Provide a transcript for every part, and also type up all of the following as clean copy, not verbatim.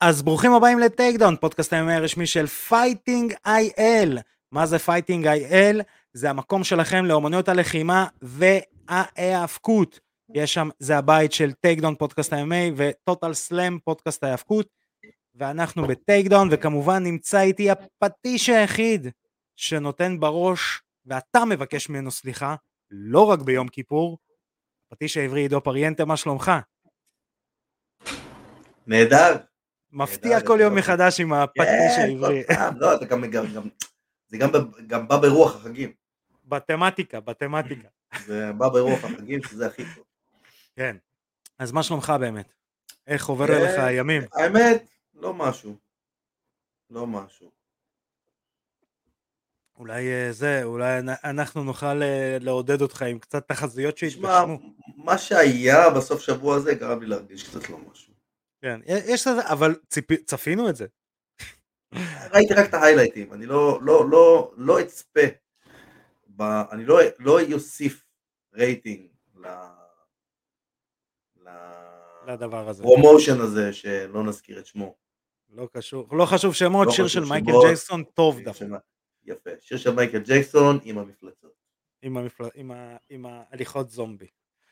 אז ברוכים הבאים לטייקדאון, פודקאסט היומי הרשמי של פייטינג איי-אל. מה זה פייטינג איי-אל? זה המקום שלכם לאומנויות הלחימה וההאבקות. יש שם, זה הבית של טייקדאון פודקאסט היומי וטוטל סלאם פודקאסט ההאבקות. ואנחנו בטייקדאון, וכמובן נמצא איתי הפטיש היחיד שנותן בראש, ואתה מבקש ממנו סליחה, לא רק ביום כיפור. הפטיש העברי עידו פריאנטה, מה שלומך? נהדר. מפתיע כל יום מחדש עם הפטיש העברי. לא, זה גם בא ברוח החגים. בתמטיקה. זה בא ברוח החגים, שזה הכי טוב. כן. אז מה שלומך באמת? איך עובר לך הימים? האמת, לא משהו. אולי אנחנו נוכל לעודד אותך עם קצת תחזיות שהתגשמו. מה שהיה בסוף שבוע הזה גרם לי להרגיש קצת לא משהו. כן, יש לזה, אבל צפינו את זה. ראיתי רק את ההיילייטים, אני לא אצפה, אני לא יוסיף רייטינג לדבר הזה. פרומושן הזה שלא נזכיר את שמו. לא חשוב שמות, שיר של מייקל ג'קסון טוב דווקא. יפה, שיר של מייקל ג'קסון עם המפלצות. עם ההליכות זומבי.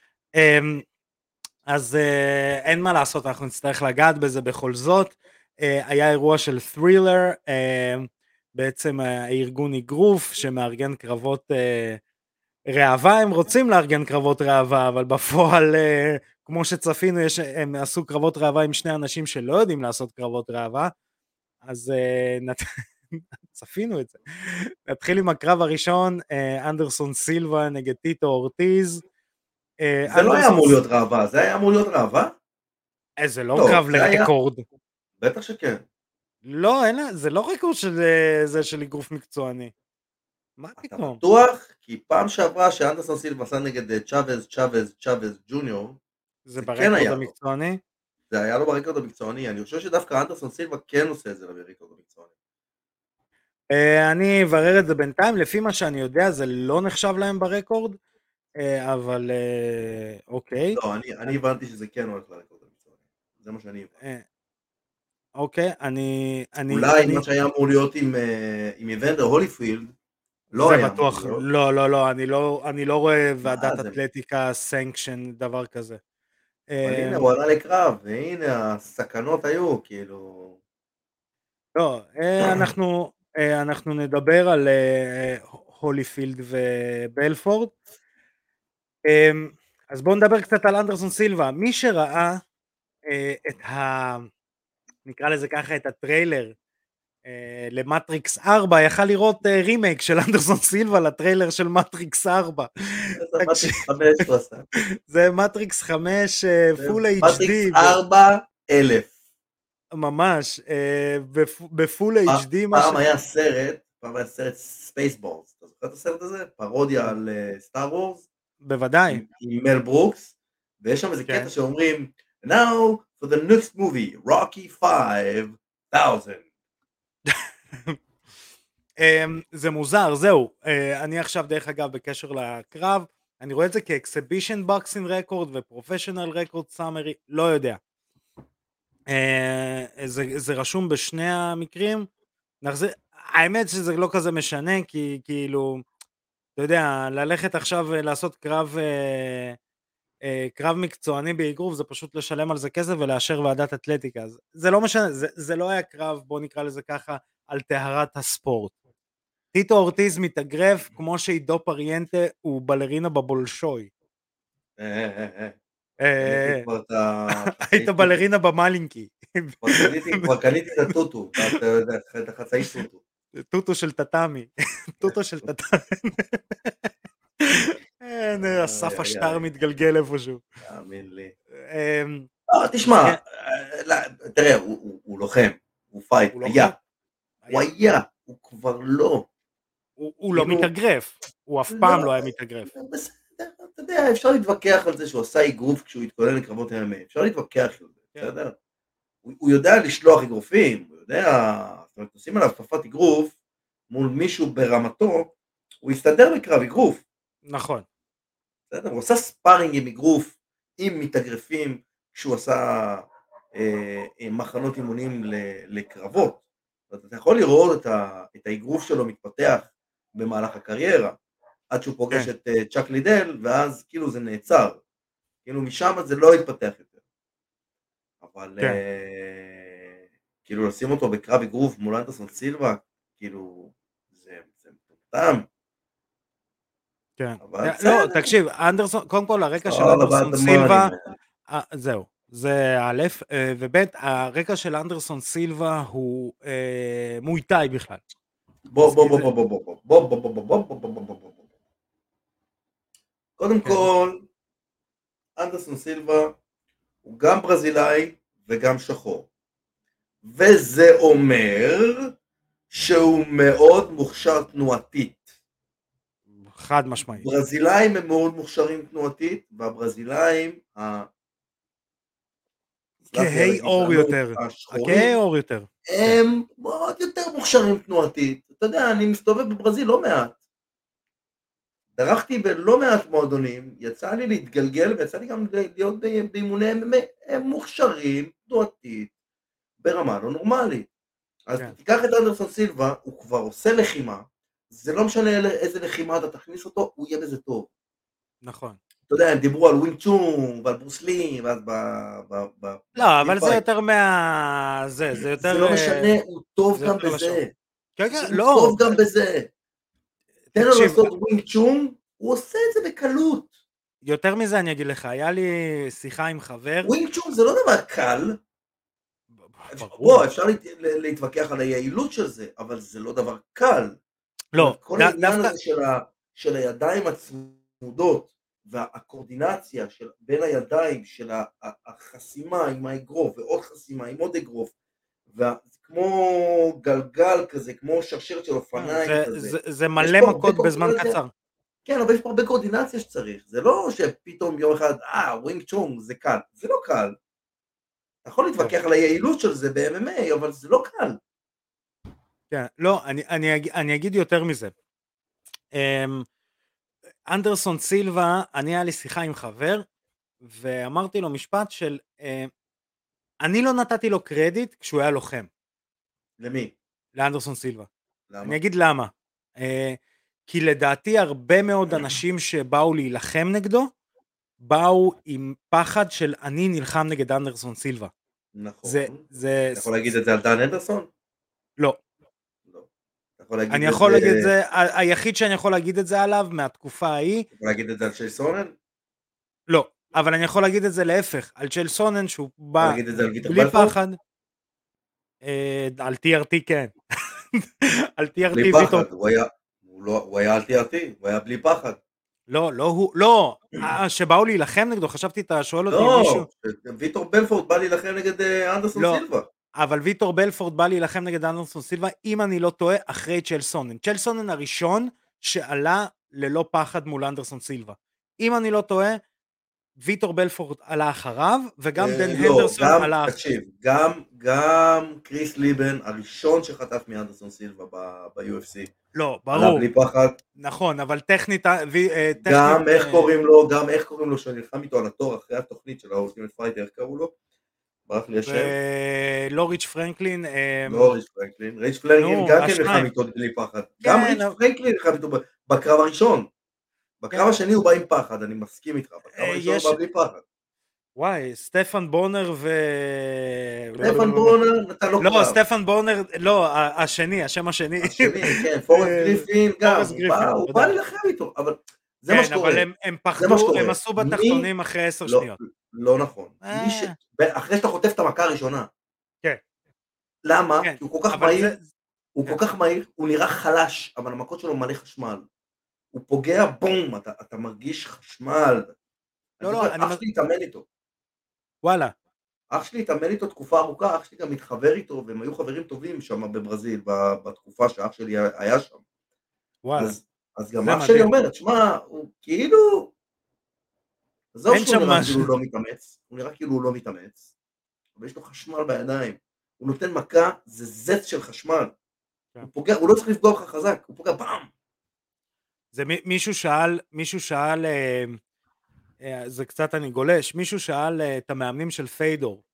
אז אין מה לעשות, אנחנו נצטרך לגעת בזה בכל זאת. היה אירוע של ת'רילר, בעצם הארגון אגרוף שמארגן קרבות ראווה, הם רוצים לארגן קרבות ראווה, אבל בפועל, כמו שצפינו, הם עשו קרבות ראווה עם שני אנשים שלא יודעים לעשות קרבות ראווה, אז צפינו את זה. נתחיל עם הקרב הראשון, אנדרסון סילבה נגד טיטו אורטיז. זה לא היה אמור להיות ראווה, זה היה אמור להיות ראווה? זה לא קרב לרקורד. בטח שכן. לא, זה לא רקורד של אגרוף מקצועני. מה פתאום? אתה בטוח? כי פעם שעברה שאנדרסון סילבה עשה נגד צ'אבז ג'וניור, זה ברקורד המקצועני? זה היה לו ברקורד המקצועני, אני חושב שדווקא אנדרסון סילבה כן עושה את זה ברקורד המקצועני. אני אברר את זה בינתיים, לפי מה שאני יודע זה לא נחשב להם ברקורד, אבל אוקיי. לא, אני הבנתי שזה כן הולך לרקורד המקצועני, זה מה שאני הבנתי. אוקיי, אולי מה שהיה אמור להיות עם איבנדר הוליפילד, לא היה אמור להיות. לא, אני לא רואה ועדת אתלטיקה סנקשן, דבר כזה. אבל הנה, הוא עלה לקרב, והנה הסכנות היו, כאילו. לא, אנחנו נדבר על הוליפילד ובלפורד. אז בואו נדבר קצת על אנדרסון סילבה. מי שראה נקרא לזה ככה, את הטריילר למטריקס 4, יכל לראות רימייק של אנדרסון סילבה לטריילר של מטריקס 4. זה מטריקס 5 הוא עשה. זה מטריקס 5 פול HD. מטריקס 4,000. ממש, בפול HD. פעם היה סרט ספייסבולס, אתה זוכר את הסרט הזה? פרודיה על סטאר וורס? בוודאי. עם מל ברוקס, ויש שם איזה קטע שאומרים, now for the next movie, Rocky 5000. זה מוזר, זהו. אני עכשיו דרך אגב בקשר לקרב, אני רואה את זה כאקסיבישן בוקסינג רקורד ופרופשיונל רקורד סאמרי, לא יודע. זה רשום בשני המקרים. האמת שזה לא כזה משנה, כי כאילו, אתה יודע, ללכת עכשיו לעשות קרב מקצועני באגרוף, זה פשוט לשלם על זה כסף ולאשר ועדת אתלטיקה. זה לא משנה, זה לא היה קרב, בוא נקרא לזה ככה, על טהרת הספורט. טיטו אורטיז מתאגרף כמו שעידו פריאנטה הוא בלרינה בבולשוי. היית בלרינה במלינקי. כבר קניתי את הטוטו, את החצאי טוטו. טוטו של טטמי. טוטו של טטמי. אסף השטר מתגלגל איפשהו. תאמין לי. תשמע, תראה, הוא לוחם, הוא פייט, היה, הוא כבר לא. הוא לא מתאגרף, הוא אף פעם לא היה מתאגרף. אתה יודע, אפשר להתווכח על זה שהוא עשה אגרוף כשהוא התכונן לקרבות MMA, אפשר להתווכח על זה, בסדר? הוא יודע לשלוח אגרופים, הוא יודע, זאת אומרת, עושים עליו תקופת אגרוף, מול מישהו ברמתו, הוא יסתדר בקרב אגרוף. נכון. בסדר, הוא עשה ספארינג עם אגרוף, עם מתאגרפים, כשהוא עשה מחנות אימונים לקרבות. אתה יכול לראות את האגרוף שלו מתפתח במהלך הקריירה, עד שהוא פוגש כן, את צ'אק לידל, ואז כאילו זה נעצר. כאילו משם זה לא התפתח יותר. אבל כן, כאילו לשים אותו בקרב אגרוף מול אנדרסון סילבה, כאילו זה מטומטם, כן. אבל לא, בסדר, תקשיב, אנדרסון, קודם כל הרקע it's של all about אנדרסון the money סילבה, man. זהו, זה א', וב', הרקע של אנדרסון סילבה הוא מויטאי בכלל. בוא אז בוא כי בוא זה, בוא בוא בוא בוא בוא בוא בוא בוא בוא בוא בוא בוא בוא. קודם כן, כל, אנדרסון סילבה הוא גם ברזילאי וגם שחור, וזה אומר שהוא מאוד מוכשר תנועתית. חד משמעית. ברזילאים הם מאוד מוכשרים תנועתית, והברזילאים, סלח לי על כהי עור הגזענות, יותר. כהי השחורים, עור יותר. כן. הם מאוד יותר מוכשרים תנועתית. אתה יודע, אני מסתובב בברזיל לא מעט. דרכתי בלא מעט מועדונים, יצא לי להתגלגל ויצא לי גם להיות באימוני MMA, הם מוכשרים תנועתית ברמה לא נורמלית. אז כן, תיקח את אנדרסון סילבה, הוא כבר עושה לחימה, זה לא משנה איזה לחימה אתה תכניס אותו, הוא יהיה בזה טוב. נכון. אתה יודע, הם דיברו על ווינג צ'ונג ועל ברוסלי, ואז לא, בסטריט אבל זה פייט. יותר זה זה יותר, לא משנה, הוא טוב זה גם יותר לשון. בזה. כן, כן, הוא לא, טוב גם בזה. תן לו תקשיב, לעשות ווינג צ'ונג, הוא עושה את זה בקלות. יותר מזה אני אגיד לך, היה לי שיחה עם חבר, ווינג צ'ונג זה לא דבר קל. ברור, בוא, אפשר להתווכח על היעילות של זה, אבל זה לא דבר קל. זאת אומרת, לא, כל העניין דווקא, הזה של הידיים הצמודות, והקורדינציה בין הידיים של החסימה עם האגרוף, ועוד חסימה עם עוד אגרוף, כמו גלגל כזה, כמו שרשרת של אופניים כזה. זה יש מלא פה הרבה מכות בזמן קורדינציה, קצר. כן, אבל יש פה הרבה קורדינציה שצריך. זה לא שפתאום יום אחד, ווינג צ'ונג זה קל. זה לא קל. אתה יכול כן, להתווכח על היעילות של זה ב-MMA, אבל זה לא קל. כן, לא, אני אגיד יותר מזה. אנדרסון סילבה, היה לי שיחה עם חבר, ואמרתי לו משפט של, אני לא נתתי לו קרדיט כשהוא היה לוחם, למי? לאנדרסון סילבה. למה? אני אגיד למה. כי לדעתי הרבה מאוד אנשים שבאו להילחם נגדו, באו עם פחד של אני נלחם נגד אנדרסון סילבה. נכון. זה, אתה יכול להגיד את זה על דן אנדרסון? לא. לא. אתה יכול אני להגיד את יכול זה, להגיד את זה, היחיד שאני יכול להגיד את זה עליו מהתקופה ההיא, אתה יכול להגיד את זה על שי סונן? לא. אבל אני יכול להגיד את זה להפך, על צ'ל סונן שהוא אתה יכול בא להגיד את זה על ויטר בלי בלפורט? פחד, על TRT כן. על בלי TRT ויטור, פחד, הוא היה על TRT, הוא היה בלי פחד. לא הוא, לא, שבאו להילחם נגדו, חשבתי אתה שואל אותי אם מישהו, לא, ויטור בלפורט בא להילחם נגד אנדרסון לא, סילבה. אבל ויטור בלפורד בא להילחם נגד אנדרסון סילבה, אם אני לא טועה, אחרי צ'ל סונן. צ'ל סונן הראשון שעלה ללא פחד מול אנדרסון סילבה. אם אני לא טועה, ויטור בלפורד עלה אחריו, וגם דן לא, הנדרסון גם, עלה תקשיב, גם קריס ליבן, הראשון שחטף מאנדרסון סילבה ב-UFC, לא, עלה ברור, בלי פחד. נכון, אבל גם איך קוראים לו שנלחם איתו על התור אחרי התוכנית של האולטימט פייטר, איך קראו לו? ברח לי השם. לא ריץ' פרנקלין, לא ריץ' פרנקלין, ריץ' פרנקלין נו, גם כן נלחם השניים, איתו בלי פחד. גם כן, ריץ' פרנקלין נלחם איתו בקרב הראשון. כן, בקרב השני הוא בא עם פחד, אני מסכים איתך. בקרב הראשון הוא יש, בא בלי פחד. וואי, סטפן בונר סטפן ברונר נתן לו לא, קרב. סטפן בונר, לא, השם השני. השני, כן, פורסט גריפין גם, פורסט הוא גריפין, בא, הוא בא תודה. להילחם איתו, אבל זה מה כן, שקורה. אבל הם זה מה פחדו, שקורה. הם עשו מי, בתחתונים אחרי 10 לא, שניות. לא נכון. אה, אחרי שאתה חוטף את המכה הראשונה. כן, למה? כן, כי הוא כל כך אבל זה, מהיר, הוא כל כן. כך מהיר, הוא נראה חלש, אבל המכות שלו מלא חשמל. הוא פוגע, בום, אתה מרגיש חשמל. אני לא, לא, זוכר, אח שלי התאמן איתו. וואלה, אח שלי התאמן איתו תקופה ארוכה, אח שלי גם התחבר איתו, והם היו חברים טובים שם בברזיל, בתקופה שאח שלי היה שם. וואלה, אז גם זה אח שלי מדהים. אומר, תשמע, הוא כאילו, עזוב אין שהוא שם נראה כאילו משהו. הוא לא מתאמץ, הוא נראה כאילו הוא לא מתאמץ, אבל יש לו חשמל בידיים. הוא נותן מכה, זה זץ של חשמל. כן. הוא פוגע, הוא לא צריך לפגוע בך חזק, הוא פוגע פעם. זה מישהו שאל, זה קצת אני גולש, מישהו שאל את המאמנים של פיידור,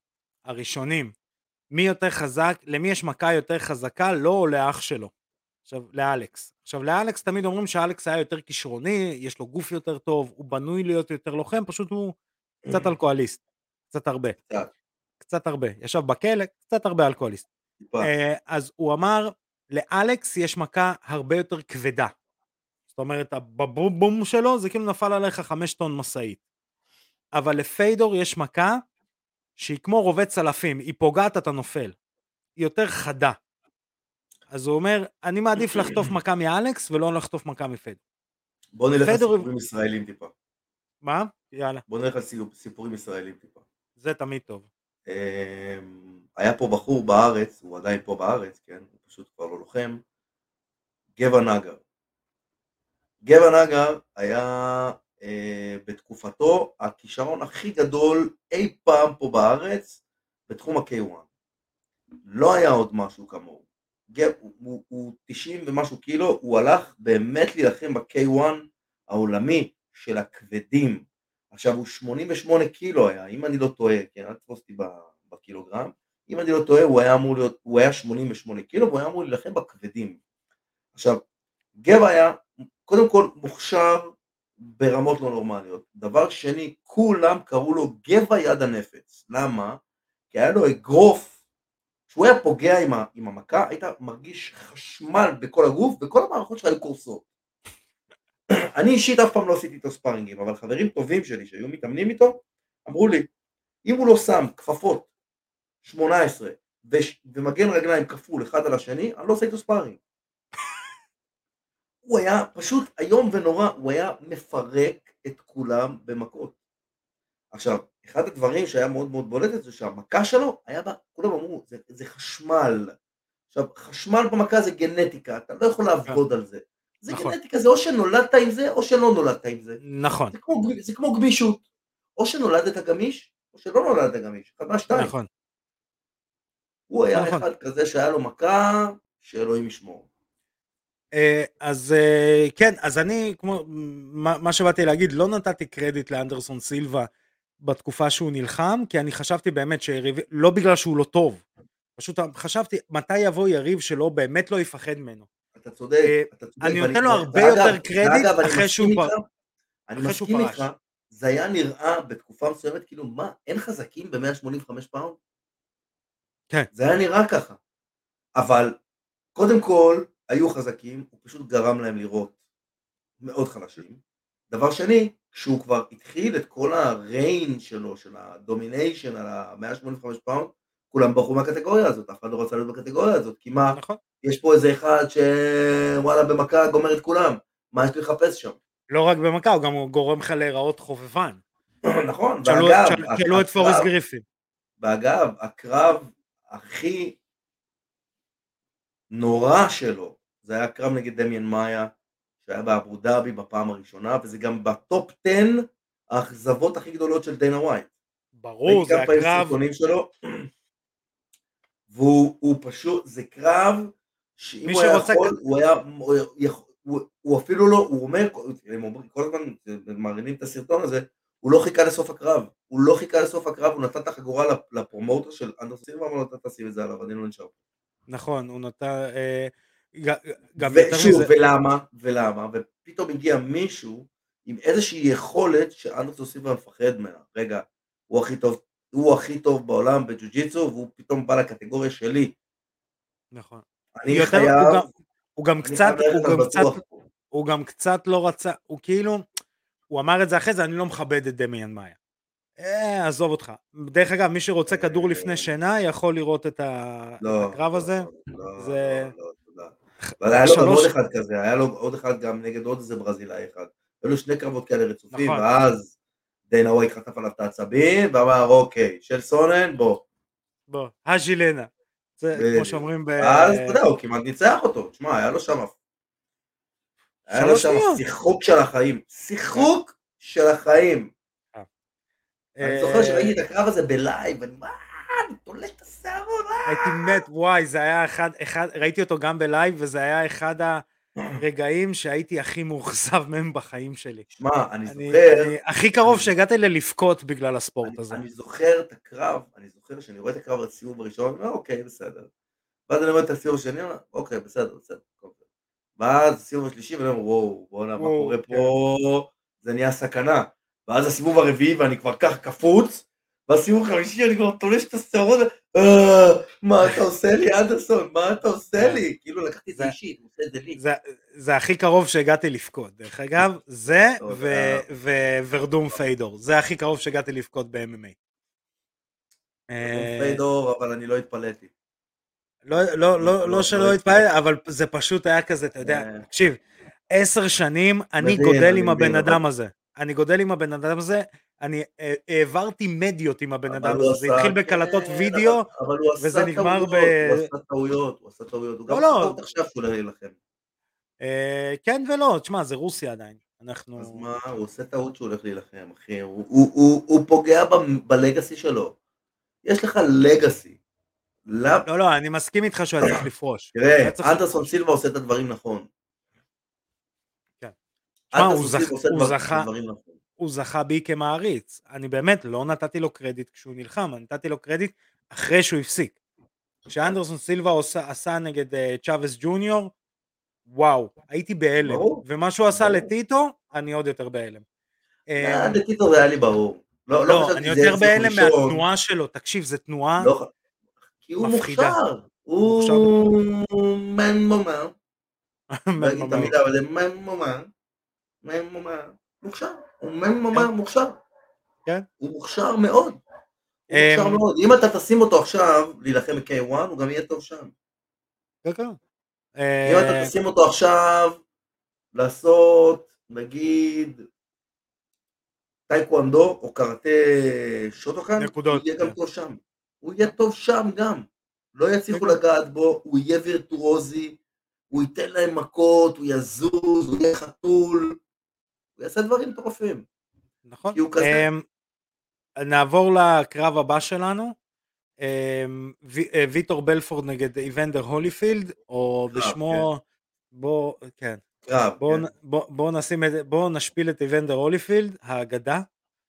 הראשונים, מי יותר חזק, למי יש מכה יותר חזקה, לא או לאח שלו. עכשיו, לאלכס. עכשיו, לאלכס תמיד אומרים שאלכס היה יותר כישרוני, יש לו גוף יותר טוב, הוא בנוי להיות יותר לוחם, פשוט הוא קצת אלכוהוליסט, קצת הרבה. קצת, קצת הרבה. ישב בכלא, קצת הרבה אלכוהוליסט. טיפה. אז הוא אמר, לאלכס יש מכה הרבה יותר כבדה. זאת אומרת, הבום שלו זה כאילו נפל עליך 5 טון משאית. אבל לפיידור יש מכה שהיא כמו רובה צלפים, היא פוגעת אתה נופל. היא יותר חדה. אז הוא אומר, אני מעדיף לחטוף מכה מאלכס ולא לחטוף מכה מפיידור. בוא נלך על פיידור- סיפורים ישראלים טיפה. מה? יאללה, בוא נלך על סיפורים ישראלים טיפה. זה תמיד טוב. היה פה בחור בארץ, הוא עדיין פה בארץ, כן? הוא פשוט כבר לא לוחם. גבע נגר. גבע נגר היה בתקופתו הכישרון הכי גדול אי פעם פה בארץ בתחום ה-K1. לא היה עוד משהו כמוהו. הוא 90 ומשהו קילו, הוא הלך באמת להילחם ב-K1 העולמי של הכבדים. עכשיו הוא 88 קילו היה, אם אני לא טועה, כן, אל תתפוס אותי בקילוגרם, אם אני לא טועה, הוא היה 88 קילו, והוא היה אמור להילחם בכבדים. עכשיו, גבע היה, קודם כל, מוכשר ברמות לא נורמליות. דבר שני, כולם קראו לו גבע יד הנפץ. למה? כי היה לו אגרוף, כשהוא היה פוגע עם המכה, היית מרגיש חשמל בכל הגוף, וכל המערכות שלך היו קורסות. אני אישית אף פעם לא עשיתי איתו ספארינגים, אבל חברים טובים שלי שהיו מתאמנים איתו, אמרו לי, אם הוא לא שם כפפות 18 ומגן רגליים כפול אחד על השני, אני לא עושה איתו ספארינג. הוא היה פשוט איום ונורא, הוא היה מפרק את כולם במכות. עכשיו, אחד הדברים שהיה מאוד מאוד בולט זה שהמכה שלו היה בה, כולם אמרו, זה חשמל. עכשיו, חשמל במכה זה גנטיקה, אתה לא יכול לעבוד על זה. זה נכון. גנטיקה, זה או שנולדת עם זה, או שלא נולדת עם זה. נכון. זה כמו גמישות. או שנולדת גמיש, או שלא נולדת גמיש. אחד מהשתיים. נכון. הוא היה נכון. אחד כזה שהיה לו מכה, שאלוהים ישמור. אז כן, אז אני, כמו מה שבאתי להגיד, לא נתתי קרדיט לאנדרסון סילבה בתקופה שהוא נלחם, כי אני חשבתי באמת שיריב, לא בגלל שהוא לא טוב, פשוט חשבתי מתי יבוא יריב שלא באמת לא יפחד ממנו. אתה צודק, אתה צודק. אני נותן לו הרבה יותר קרדיט אחרי שהוא פרש. אני מסכים איתך, זה היה נראה בתקופה מסוימת, כאילו מה, אין חזקים ב-185 פאונד? כן. זה היה נראה ככה. אבל קודם כל, היו חזקים, הוא פשוט גרם להם לראות מאוד חלשים. דבר שני, כשהוא כבר התחיל את כל הריין שלו, של הדומיניישן על ה-185 פאונד, כולם ברחו מהקטגוריה הזאת, אף אחד לא רצה להיות בקטגוריה הזאת, כי מה, נכון. יש פה איזה אחד שוואלה במכה גומר את כולם, מה יש לי לחפש שם? לא רק במכה, הוא גם גורם לך להיראות חובבן. נכון, שאלו את פוריס גריפין. ואגב, הקרב הכי נורא שלו, זה היה קרב נגד דמיאן מאיה, שהיה באבו דאבי בפעם הראשונה, וזה גם בטופ 10 האכזבות הכי גדולות של דיינה ווייט. ברור, זה הקרב. והוא פשוט, זה קרב, שאם הוא היה יכול, הוא אפילו לא, הוא אומר, כל הזמן מראים את הסרטון הזה, הוא לא חיכה לסוף הקרב, הוא נתן את החגורה לפרומוטר של אנדרסון סילבה, אבל נתן תשים את זה עליו, אני לא נשאר. נכון, הוא נתן, ושוב, ולמה, ופתאום הגיע מישהו עם איזושהי יכולת שאנדרסון סילבה מפחד ממנה. רגע, הוא הכי טוב בעולם בג'ו-ג'יצו, והוא פתאום בא לקטגוריה שלי. נכון. אני חייב, הוא גם קצת לא רצה, הוא כאילו, הוא אמר את זה אחרי זה, אני לא מכבד את דמיאן מאיה. עזוב אותך. דרך אגב, מי שרוצה כדור לפני שינה, יכול לראות את הקרב הזה. לא, תודה. אבל היה לו גם עוד אחד כזה, היה לו עוד אחד גם נגד עוד איזה ברזילאי אחד. היו לו 2 קרבות כאלה רצופים, ואז דיינה ווייט חטף עליו את העצבים, ואמר, אוקיי, של סונן, בוא. הז'ילנה. זה כמו שאומרים אז, אתה יודע, הוא כמעט ניצח אותו. תשמע, היה לו שם שיחוק של החיים. אני זוכר שראיתי את הקרב הזה בלייב, אני תולט את השערות. הייתי מת, וואי, זה היה אחד, ראיתי אותו גם בלייב, וזה היה אחד רגעים שהייתי הכי מאוכזב מהם בחיים שלי. שמע, אני הכי קרוב שהגעתי ללבכות בגלל הספורט הזה. אני זוכר את הקרב, אני זוכר שאני רואה את הקרב בסיבוב הראשון, אני אומר, אוקיי, בסדר. ואז אני רואה את הסיבוב השני, אני אומר, אוקיי, בסדר. ואז הסיבוב השלישי, ואני אומר, וואו, בוא'נה, מה קורה פה? זה נהיה סכנה. ואז הסיבוב הרביעי, ואני כבר כך קפוץ, והסיבוב החמישי, אני כבר תולש את השערות, מה אתה עושה לי, אנדרסון? מה אתה עושה לי? כאילו לקחתי את זה אישית, הוא עושה את זה לי. זה הכי קרוב שהגעתי לבכות. דרך אגב, זה וורדום פיידור. זה הכי קרוב שהגעתי לבכות ב-MMA. וורדום פיידור, אבל אני לא התפלאתי. לא שלא התפעל, אבל זה פשוט היה כזה, אתה יודע, תקשיב, 10 שנים אני גודל עם הבן אדם הזה, אני העברתי מדיות עם הבן אדם הזה, זה התחיל בקלטות וידאו, וזה נגמר ב... הוא עשה טעויות, הוא גם חפות עכשיו שהוא לא ילחם. כן ולא, תשמע, זה רוסיה עדיין. אז מה, הוא עושה טעות שהוא הולך להילחם, אחי, הוא פוגע בלגאסי שלו. יש לך לגאסי. לא, אני מסכים איתך שהוא היה צריך לפרוש. תראה, אנדרסון סילבה עושה את הדברים נכון. כן. הוא זכה בי כמעריץ. אני באמת לא נתתי לו קרדיט כשהוא נלחם, אני נתתי לו קרדיט אחרי שהוא הפסיק. כשאנדרסון סילבה עשה נגד צ'אבס ג'וניור, וואו, הייתי בהלם. ומה שהוא עשה לטיטו, אני עוד יותר בהלם. לטיטו זה היה לי ברור. לא, אני יותר בהלם מהתנועה שלו. תקשיב, זו תנועה כי הוא מוכשר. הוא מנמומר. לא אגיד את המילה, אבל זה מנמומר. מוכשר. הוא מוכשר. כן. הוא מוכשר מאוד. אם אתה תשים אותו עכשיו להילחם ב-K1, הוא גם יהיה טוב שם. כן. אם אתה תשים אותו עכשיו לעשות, נגיד, טייקוונדו או קראטה שוטוקן, הוא יהיה גם טוב שם. הוא יהיה טוב שם גם. לא יצליחו לגעת בו, הוא יהיה וירטואוזי, הוא ייתן להם מכות, הוא יזוז, הוא יהיה חתול, הוא יעשה דברים טורפים. נכון. נעבור לקרב הבא שלנו. ויטור בלפורד נגד איבנדר הוליפילד, או בשמו, בואו נשפיל את איבנדר הוליפילד, האגדה.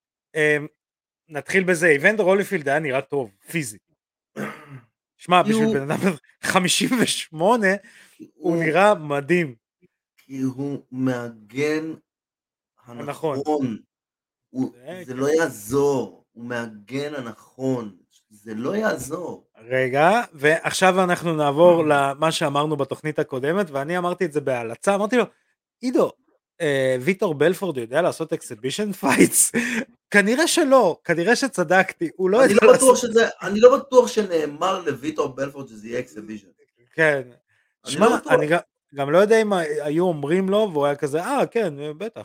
נתחיל בזה, איבנדר הוליפילד היה נראה טוב, פיזית. שמע, בשביל בן אדם 58, הוא נראה מדהים. כי הוא מהגן הנכון. זה לא יעזור, הוא מהגן הנכון. זה לא יעזור. רגע, ועכשיו אנחנו נעבור למה שאמרנו בתוכנית הקודמת, ואני אמרתי את זה בהלצה, אמרתי לו, עידו, ויטור בלפורד יודע לעשות אקסיבישן פייטס? כנראה שלא, כנראה שצדקתי, הוא לא יודע לעשות... אני לא בטוח שנאמר לויטור בלפורד שזה יהיה אקסיבישן. כן, שמע, אני גם לא יודע אם היו אומרים לו, והוא היה כזה, כן, בטח.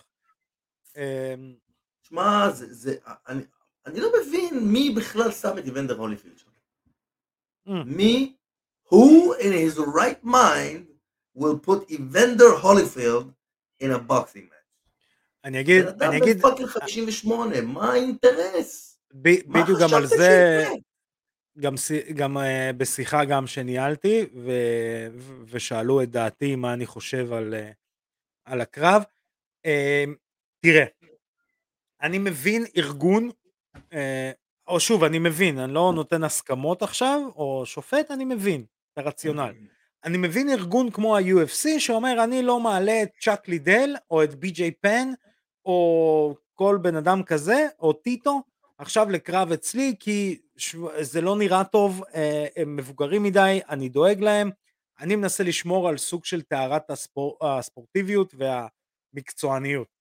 שמע, אני לא מבין מי בכלל שם את איבנדר הוליפילד שם. מי, who in his right mind will put Evander Holyfield in a boxing match? אני אגיד, בפאקינג 58, מה האינטרס? בדיוק גם על זה, גם בשיחה גם שניהלתי, ושאלו את דעתי מה אני חושב על הקרב. תראה, אני מבין ארגון, או שוב, אני מבין, אני לא נותן הסכמות עכשיו, או שופט, אני מבין את הרציונל. אני מבין ארגון כמו ה-UFC, שאומר, אני לא מעלה את צ'אק לידל, או את בי.ג'יי פן, או כל בן אדם כזה, או טיטו, עכשיו לקרב אצלי, כי זה לא נראה טוב, הם מבוגרים מדי, אני דואג להם, אני מנסה לשמור על סוג של תארת הספורטיביות והמקצועניות.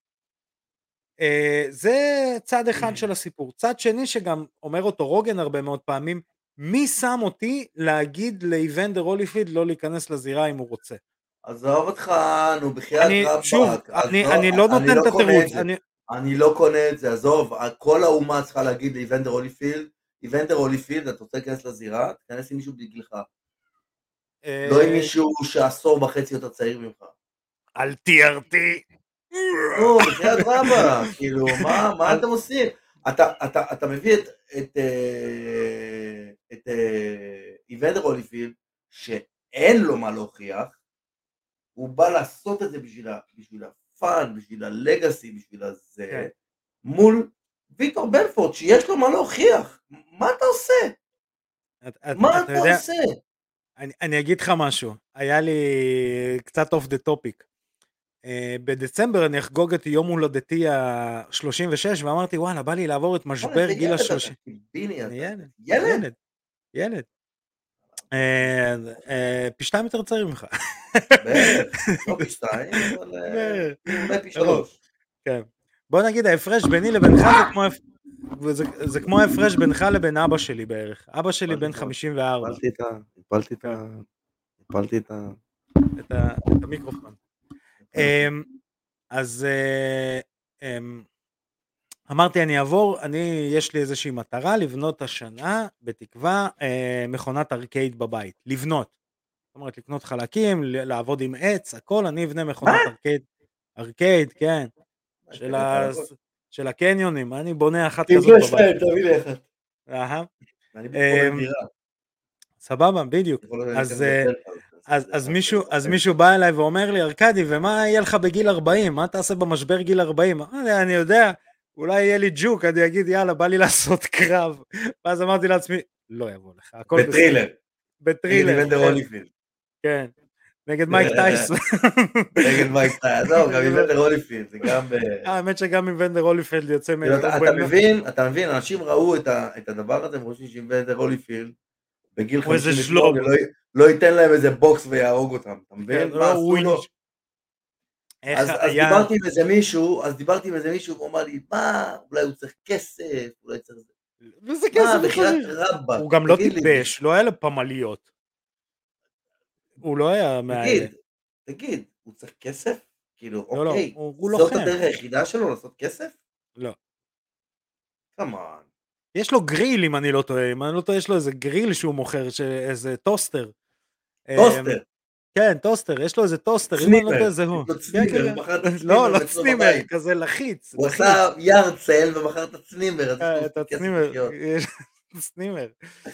זה צד אחד של הסיפור. צד שני שגם אומר אותו רוגן הרבה מאוד פעמים, מי שם אותי להגיד לאיבנדר הוליפילד לא להיכנס לזירה אם הוא רוצה? עזוב אותך, נו בחייאת רבאק. שוב, אני לא נותן את התירוץ. אני לא קונה את זה, עזוב, כל האומה צריכה להגיד לאיבנדר הוליפילד, איבנדר הוליפילד, אתה רוצה להיכנס לזירה? תיכנס עם מישהו בגילך. לא עם מישהו שעשור וחצי יותר צעיר ממך. על TRT. נו, בחייאת רבאק, כאילו, מה אתם עושים? אתה מביא את איבנדר הוליפילד, שאין לו מה להוכיח, הוא בא לעשות את זה בשביל הפאן, בשביל הלגאסי, בשביל הזה, כן. מול ויטור בלפורד, שיש לו מה להוכיח. מה אתה עושה? מה אתה אתה יודע, עושה? אני אגיד לך משהו, היה לי קצת אוף דה טופיק. בדצמבר אני אחגוג את יום הולדתי ה-36, ואמרתי וואלה בא לי לעבור את משבר איזה גיל ילד אתה, ה-30. קיביני אני אתה. ילד, ילד? ילד. פי 2 יותר צעיר ממך. בערך. לא פי 2, אבל אולי פי לא, 3. כן. בוא נגיד ההפרש ביני לבינך זה כמו ההפרש בינך לבין אבא שלי בערך. אבא שלי בן 54. הפלתי את המיקרופון. אז אמרתי אני אעבור, יש לי איזושהי מטרה לבנות השנה בתקווה מכונת ארקייד בבית, לבנות. זאת אומרת לקנות חלקים, לעבוד עם עץ, הכל, אני אבנה מכונת ארקייד, כן, של הקניונים, אני בונה אחת כזאת בבית. תביא לי אחד. אהה. אני בקונה דירה. סבבה, בדיוק. אז מישהו בא אליי ואומר לי, ארקדי, ומה יהיה לך בגיל 40? מה תעשה במשבר גיל 40? אני יודע, אולי יהיה לי ג'וק, אני אגיד, יאללה, בא לי לעשות קרב. ואז אמרתי לעצמי, לא יבוא לך, הכל בסדר. בטרילר. בטרילר. נגד איבנדר הוליפילד. כן. נגד מייק טייסון. נגד מייק טייסון, גם איבנדר הוליפילד, זה גם האמת שגם איבנדר הוליפילד יוצא אתה מבין, אנשים ראו את הדבר הזה, וחושבים שאיבנדר הוליפילד, בגיל הוא איזה 58, שלוב. לא ייתן להם איזה בוקס ויהרוג אותם, אתה מבין? מה עשו לו? אז דיברתי עם איזה מישהו, והוא אמר לי, מה, אולי הוא צריך כסף, אולי צריך... וזה כסף בחיית רבאק, הוא גם לא טיפש, לא היה לו פמליות. הוא לא היה מהאלה. תגיד, הוא צריך כסף? כאילו, לא, אוקיי, הוא זאת לוחם. הדרך היחידה שלו לעשות כסף? לא. כמובן. יש לו גריל אם אני לא טועה, יש לו איזה גריל שהוא מוכר, איזה טוסטר. טוסטר. כן, טוסטר, יש לו איזה טוסטר, אם אני לא טועה זה הוא. צנימר, הוא מכר את לא, הצנימר לא אצלו צנימר, בבית. כזה לחיץ. הוא עשה יארצל ומכר את הצנימר, אז יש לו את כסף הצנימר, לחיות. צנימר.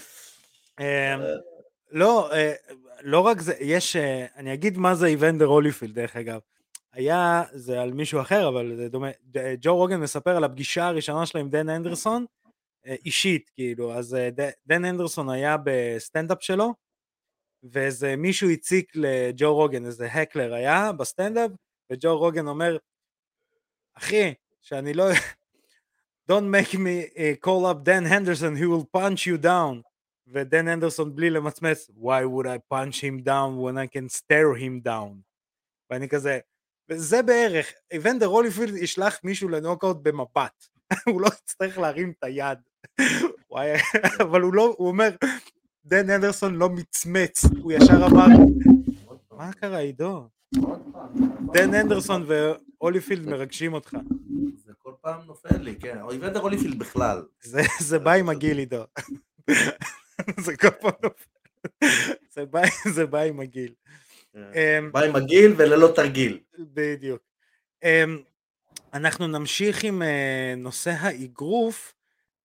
לא רק זה, אני אגיד מה זה איבנדר הוליפילד דרך אגב. זה על מישהו אחר, אבל זה דומה, ג'ו רוגן מספר על הפגישה הראשונה שלו עם דן אנדרסון, אישית כאילו, אז דן אנדרסון היה בסטנדאפ שלו, ואיזה מישהו הציק לג'ו רוגן, איזה הקלר היה בסטנדאפ, וג'ו רוגן אומר, אחי, שאני לא... Don't make me call up Dan Henderson, he will punch you down. ודן אנדרסון בלי למצמץ, why would I punch him down when I can stare him down? ואני כזה, וזה בערך, איבנדר הוליפילד ישלח מישהו לנוקאוט במבט, הוא לא יצטרך להרים את היד, אבל הוא אומר, דן אנדרסון לא מצמץ, הוא ישר אמר, מה קרה עידו? דן אנדרסון והוליפילד מרגשים אותך. זה כל פעם נופל לי, כן, איבנדר הוליפילד בכלל. זה בא עם הגיל עידו. זה כל פעם נופל. זה בא עם הגיל. בא עם הגיל וללא תרגיל. בדיוק. אנחנו נמשיך עם נושא האגרוף,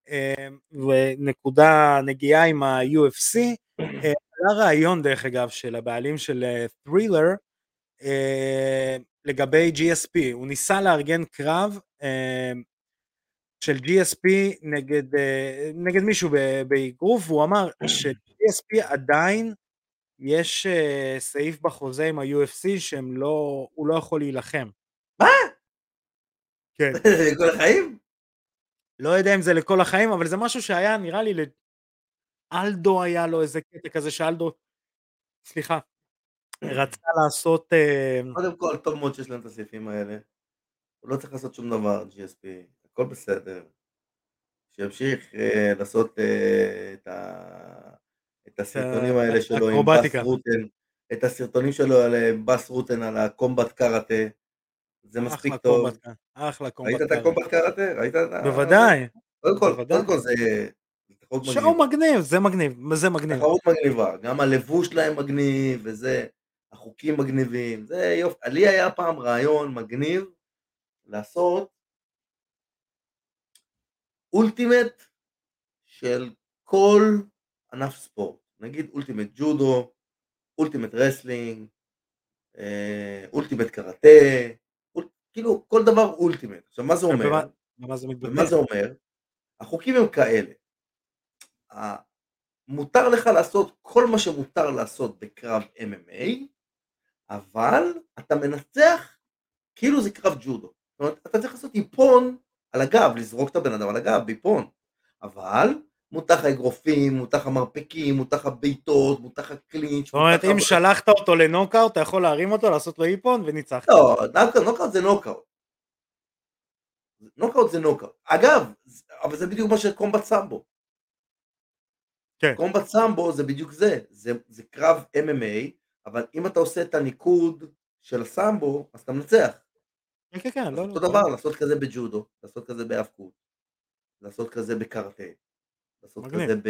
ונקודה נגיעה עם ה-UFC, היה רעיון דרך אגב של הבעלים של Thriller, לגבי GSP, הוא ניסה לארגן קרב של GSP נגד מישהו באגרוף, והוא אמר ש-GSP עדיין יש סעיף בחוזה עם ה-UFC שהוא לא יכול להילחם. מה? כן. לכל החיים? לא יודע אם זה לכל החיים, אבל זה משהו שהיה נראה לי, אלדו היה לו איזה קטע כזה שאלדו, סליחה, רצה לעשות... קודם כל, טוב מאוד שיש להם את הסעיפים האלה. הוא לא צריך לעשות שום דבר, GSP, הכל בסדר. שימשיך לעשות את הסרטונים האלה שלו עם בס רוטן, את הסרטונים שלו עם בס רוטן על הקומבט קראטה, זה מספיק טוב. אחלה קומבט קראטה. ראית את הקומבט קראטה? בוודאי. קודם כל זה תחרות מגניב. שואו מגניב, זה מגניב. תחרות מגניבה, גם הלבוש שלהם מגניב, וזה, החוקים מגניבים, זה יופי. לי היה פעם רעיון מגניב לעשות אולטימט של כל ענף ספורט, נגיד אולטימט ג'ודו, אולטימט רסלינג, אולטימט קראטה, כאילו כל דבר אולטימט. עכשיו מה זה אומר? במה זה ומה מתבטא? זה אומר? החוקים הם כאלה. מותר לך לעשות כל מה שמותר לעשות בקרב MMA, אבל אתה מנצח כאילו זה קרב ג'ודו. זאת אומרת, אתה צריך לעשות איפון על הגב, לזרוק את הבן אדם על הגב, באיפון. אבל מותר לך אגרופים, מותר לך מרפקים, מותר לך בעיטות, מותר לך קלינץ'. זאת אומרת, אם שלחת אותו לנוקאוט, אתה יכול להרים אותו, לעשות לו איפון וניצחת. לא, נוקאוט זה נוקאוט. נוקאוט זה נוקאוט. אגב, אבל זה בדיוק מה שקומבט סמבו. כן. קומבט סמבו זה בדיוק זה. זה קרב MMA, אבל אם אתה עושה את הניקוד של הסמבו, אז אתה מנצח. כן, כן, לא. אותו דבר, לעשות כזה בג'ודו, לעשות כזה באבקות, לעשות כזה בקראטה, לעשות כזה ב...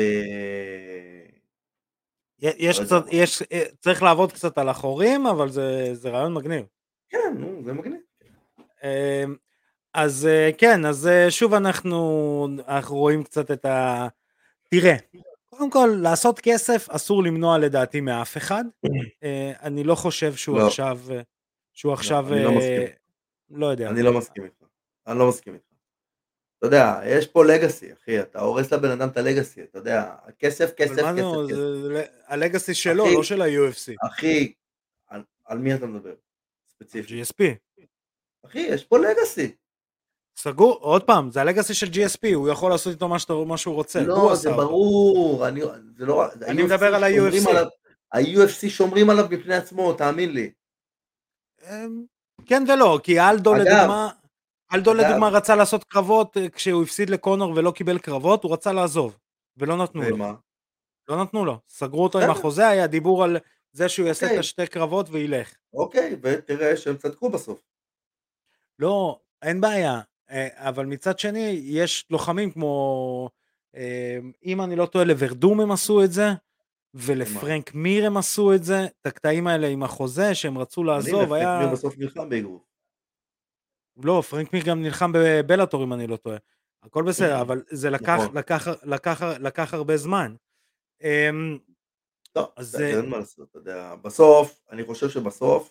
צריך לעבוד קצת על החורים, אבל זה רעיון מגניב. כן, נו, זה מגניב. אז כן, אז שוב אנחנו רואים קצת את תראה, קודם כל, לעשות כסף אסור למנוע לדעתי מאף אחד. אני לא חושב שהוא עכשיו, אני לא מסכים. לא יודע. אני לא מסכים איתך. אני לא מסכים איתך. אתה יודע, יש פה לגאסי, אחי, אתה הורס לבן אדם את הלגאסי, אתה יודע, כסף, כסף, כסף. הלגאסי שלו, לא של ה-UFC. אחי, על מי אתה מדבר? ספציפי. GSP. אחי, יש פה לגאסי. סגור, עוד פעם, זה הלגאסי של GSP, הוא יכול לעשות איתו מה שהוא רוצה. לא, זה ברור, אני מדבר על ה-UFC. ה-UFC שומרים עליו בפני עצמו, תאמין לי. כן ולא, כי אלדו לדוגמה רצה לעשות קרבות, כשהוא הפסיד לקונור ולא קיבל קרבות, הוא רצה לעזוב, ולא נתנו לו. ומה? לא נתנו לו, סגרו אותו עם החוזה, היה דיבור על זה שהוא יעשה את השתי קרבות וילך. אוקיי, ותראה שהם צדקו בסוף. לא, אין בעיה, אבל מצד שני, יש לוחמים כמו, אם אני לא טועה, לוורדום הם עשו את זה, ולפרנק מיר הם עשו את זה, את הקטעים האלה עם החוזה שהם רצו לעזוב, היה... פרנק מיר בסוף נלחם באגרוף. לא, פרנק מיר גם נלחם בבלאטור אם אני לא טועה. הכל בסדר, אבל זה לקח הרבה זמן. לא, זה אין מה לעשות, אתה יודע, בסוף, אני חושב שבסוף,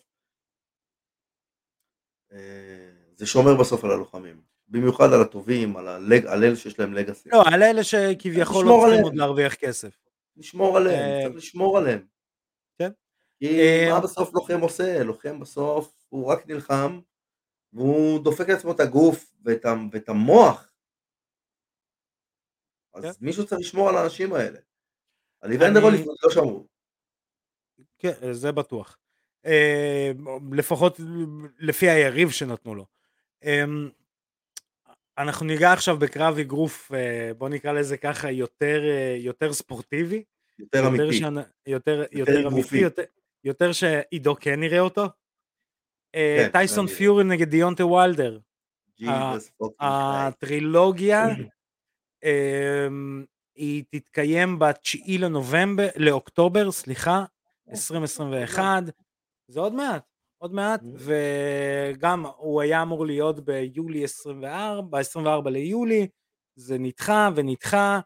זה שומר בסוף על הלוחמים, במיוחד על הטובים, על אלה שיש להם לגאסי. לא, על אלה שכביכול לא צריכים עוד להרוויח כסף. לשמור עליהם, צריך לשמור עליהם. כן. כי מה בסוף לוחם עושה? לוחם בסוף הוא רק נלחם, והוא דופק לעצמו את הגוף ואת המוח. אז מישהו צריך לשמור על האנשים האלה. על איבנדר הוליפוד לא שמרו. כן, זה בטוח. לפחות לפי היריב שנתנו לו. אנחנו ניגע עכשיו בקרב אגרוף, בוא נקרא לזה ככה, יותר ספורטיבי. יותר אמיתי. יותר אמיתי, יותר שעידו כן נראה אותו. טייסון פיורי נגד דיונטה וילדר. הטרילוגיה היא תתקיים ב9 לאוקטובר, 2021. זה עוד מעט, וגם הוא היה אמור להיות ביולי 24, ב-24 ליולי, זה נדחה ונדחה.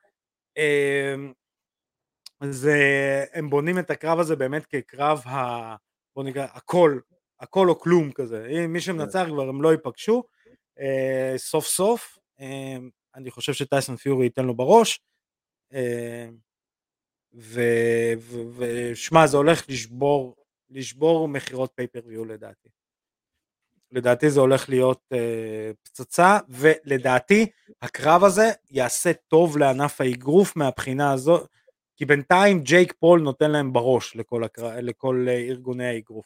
הם בונים את הקרב הזה באמת כקרב בוא נקרא, הכל או כלום כזה. אם מי שמנצח כבר הם לא ייפגשו, סוף סוף. אני חושב שטייסון פיורי ייתן לו בראש, ושמע, זה הולך לשבור מחירות פייפריוויו לדעתי. לדעתי זה הולך להיות פצצה, ולדעתי הקרב הזה יעשה טוב לענף האגרוף מהבחינה הזו, כי בינתיים ג'ייק פול נותן להם בראש לכל ארגוני האגרוף.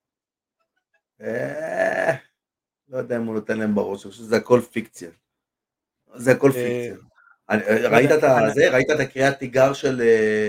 לא יודע אם הוא נותן להם בראש, אני חושב שזה הכל פיקציה. זה הכל פיקציה. ראית את הקריאת תיגר של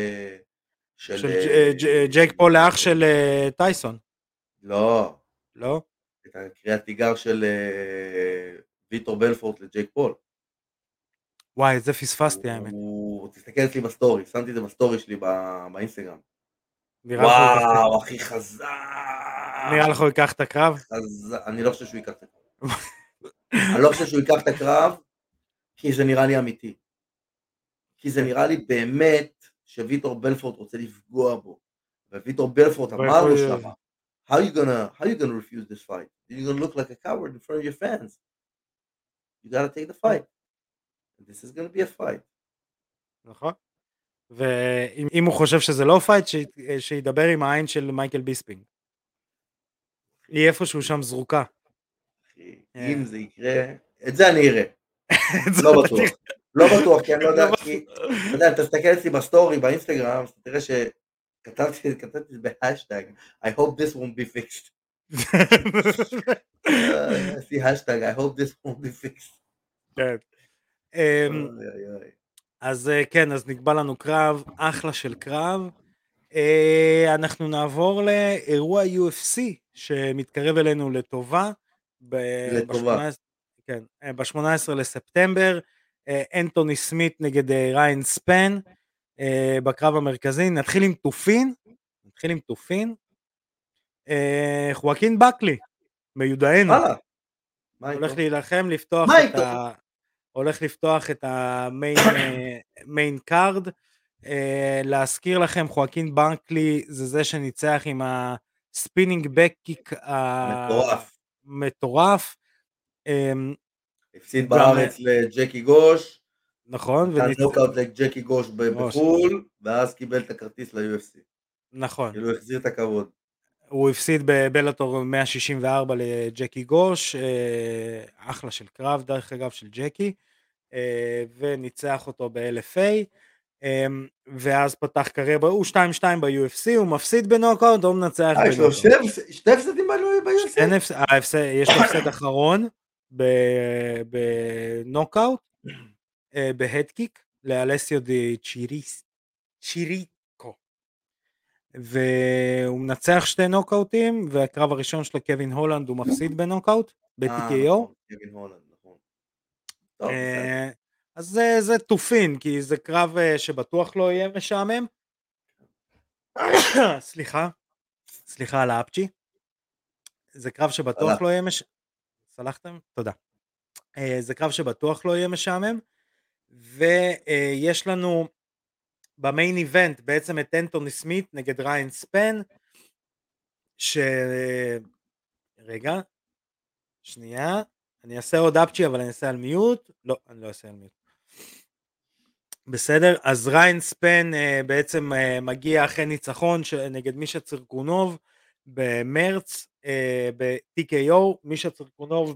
ג'ייק פול לאח של טייסון? לא. לא? את הקריאת תיגר של ויטור בלפורט לג'ייק פול. וואי, זה פספסתי האמת. תסתכל אצלי בסטורי, שמתי את זה בסטורי שלי באינסטגרם. וואו, הכי חזק. נראה לך הוא ייקח את הקרב? אני לא חושב שהוא ייקח את הקרב. אני לא חושב שהוא ייקח את הקרב, כי זה נראה לי אמיתי. כי זה נראה לי באמת שוויטור בלפורט רוצה לפגוע בו. וויטור בלפורט אמר לו שמה, how you gonna refuse this fight? You're gonna look like a coward in front of your fans. You gotta take the fight. This is gonna be a fight. נכון. ואם הוא חושב שזה לא פייט, שידבר עם העין של מייקל ביספינג. היא איפשהו שם זרוקה. אחי, אם זה יקרה, את זה אני אראה. לא בטוח. לא בטוח, כי אני לא יודע, כי, אתה יודע, אתה תסתכל אצלי בסטורי, באינסטגרם, אתה תראה שכתבתי את זה בהשטג, I hope this won't be fixed. עשי השטג, I hope this won't be fixed. כן. אז כן, אז נקבע לנו קרב, אחלה של קרב. אנחנו נעבור לאירוע UFC שמתקרב אלינו לטובה. ב-18 לספטמבר, אנטוני סמית נגד ריין ספן בקרב המרכזי. נתחיל עם תופין. חואקין בקלי, מיודענו. הולך להילחם, הולך לפתוח את המיין קארד. להזכיר לכם, חואקין בקלי זה שניצח עם הספינינג בק קיק מטורף. הפסיד בארץ לג'קי גוש. נכון. נתן נוקאוט לג'קי גוש בחול, ואז קיבל את הכרטיס ל-UFC. נכון. כאילו החזיר את הכבוד. הוא הפסיד בבלאטור 164 לג'קי גוש, אחלה של קרב דרך אגב של ג'קי, וניצח אותו ב-LFA, ואז פתח קריירה, הוא 2-2 ב-UFC, הוא מפסיד בנוקאוט, הוא מנצח בנוקאוט. יש לו שתי הפסדים ב-UFC? יש לו הפסד אחרון בנוקאוט, בהדקיק, לאלסיו די צ'יריקו, והוא מנצח 2 נוקאוטים, והקרב הראשון שלו קווין הולנד הוא מפסיד בנוקאוט, ב-TKO. קווין הולנד, נכון. אז זה תופין, כי זה קרב שבטוח לא יהיה משעמם. סליחה על האפצ'י. זה קרב שבטוח לא יהיה סלחתם? תודה. זה קרב שבטוח לא יהיה משעמם, ויש לנו במיין איבנט בעצם את אנטוני סמית נגד ריין ספן, רגע, שנייה, אני אעשה עוד אפצ'י, אבל אני אעשה על מיוט, לא, אני לא אעשה על מיוט. בסדר, אז ריין ספן בעצם מגיע אחרי ניצחון נגד מישה צירקונוב במרץ, ב-TKO, מישה צירקונוב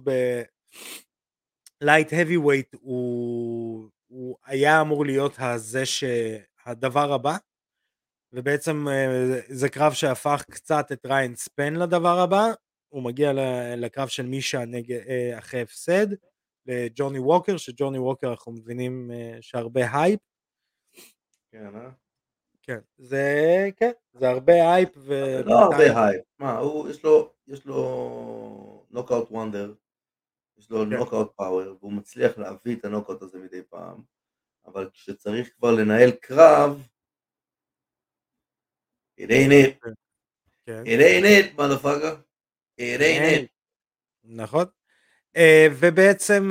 בלייט heavy weight, הוא היה אמור להיות הדבר הבא, ובעצם זה קרב שהפך קצת את ריין ספן לדבר הבא. הוא מגיע לקרב של מישה אחרי הפסד לג'וני ווקר, שג'וני ווקר אנחנו מבינים שהרבה הייפ. כן, כן, זה הרבה הייפ. לא הרבה הייפ, מה, יש לו נוקאוט וונדר, יש לו נוקאוט פאוור, והוא מצליח להביא את הנוקאוט הזה מדי פעם, אבל כשצריך כבר לנהל קרב, it ain't it. It ain't it, motherfucker. It ain't it. נכון. ובעצם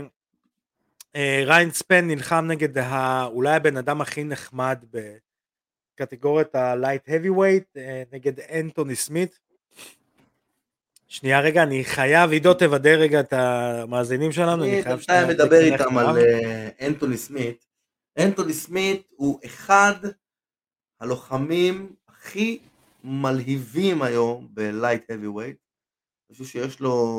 ריין ספן נלחם נגד אולי הבן אדם הכי נחמד בקטגוריית ה-Light Heavyweight, נגד אנטוני סמית. שנייה רגע, אני חייב, עידו תוודא רגע את המאזינים שלנו. אני בינתיים מדבר איתם על אנטוני סמית. אנטוני סמית הוא אחד הלוחמים הכי מלהיבים היום ב-Light Heavyweight. אני חושב שיש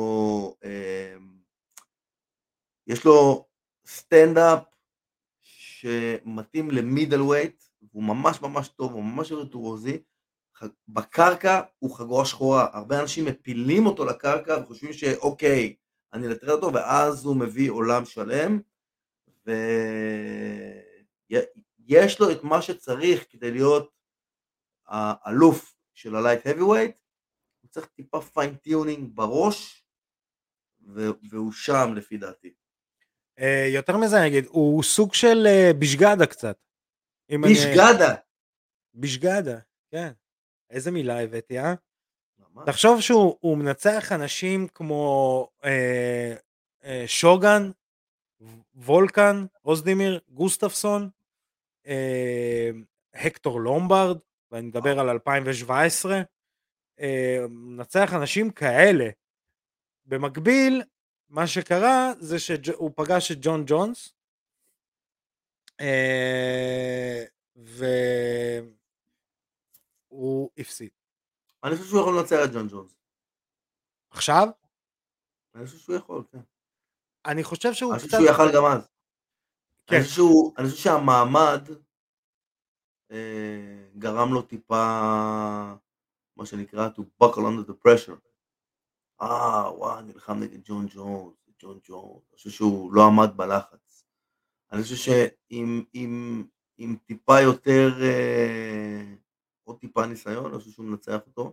לו סטנדאפ שמתאים למידל ווייט, והוא ממש ממש טוב, הוא ממש וירטואוזי. בקרקע הוא חגורה שחורה, הרבה אנשים מפילים אותו לקרקע וחושבים שאוקיי, אני נטרל אותו, ואז הוא מביא עולם שלם, ויש לו את מה שצריך כדי להיות האלוף של ה-Light Heavyweight. הוא צריך טיפה פיינטיונינג בראש, והוא שם לפי דעתי. יותר מזה אני אגיד, הוא סוג של בשגדה קצת. בשגדה, כן. איזה מילה הבאתי, תחשוב שהוא מנצח אנשים כמו שוגן, וולקן, אוזדימיר, גוסטפסון, הקטור לומברד, ואני מדבר על 2017, מנצח אנשים כאלה. במקביל, מה שקרה זה שהוא פגש את ג'ון ג'ונס, והוא הפסיד. אני חושב שהוא יכול לנצח את ג'ון ג'ונס. עכשיו? אני חושב שהוא יכול, כן. אני חושב שהוא אני חושב קצת... שהוא יכל גם אז. כן. אני חושב שהמעמד גרם לו טיפה, מה שנקרא, to buckle under the pressure. וואו, נלחם נגד ג'ון ג'ונס. אני חושב שהוא לא עמד בלחץ. אני חושב שעם טיפה יותר, עוד טיפה ניסיון, אני חושב שהוא מנצח אותו.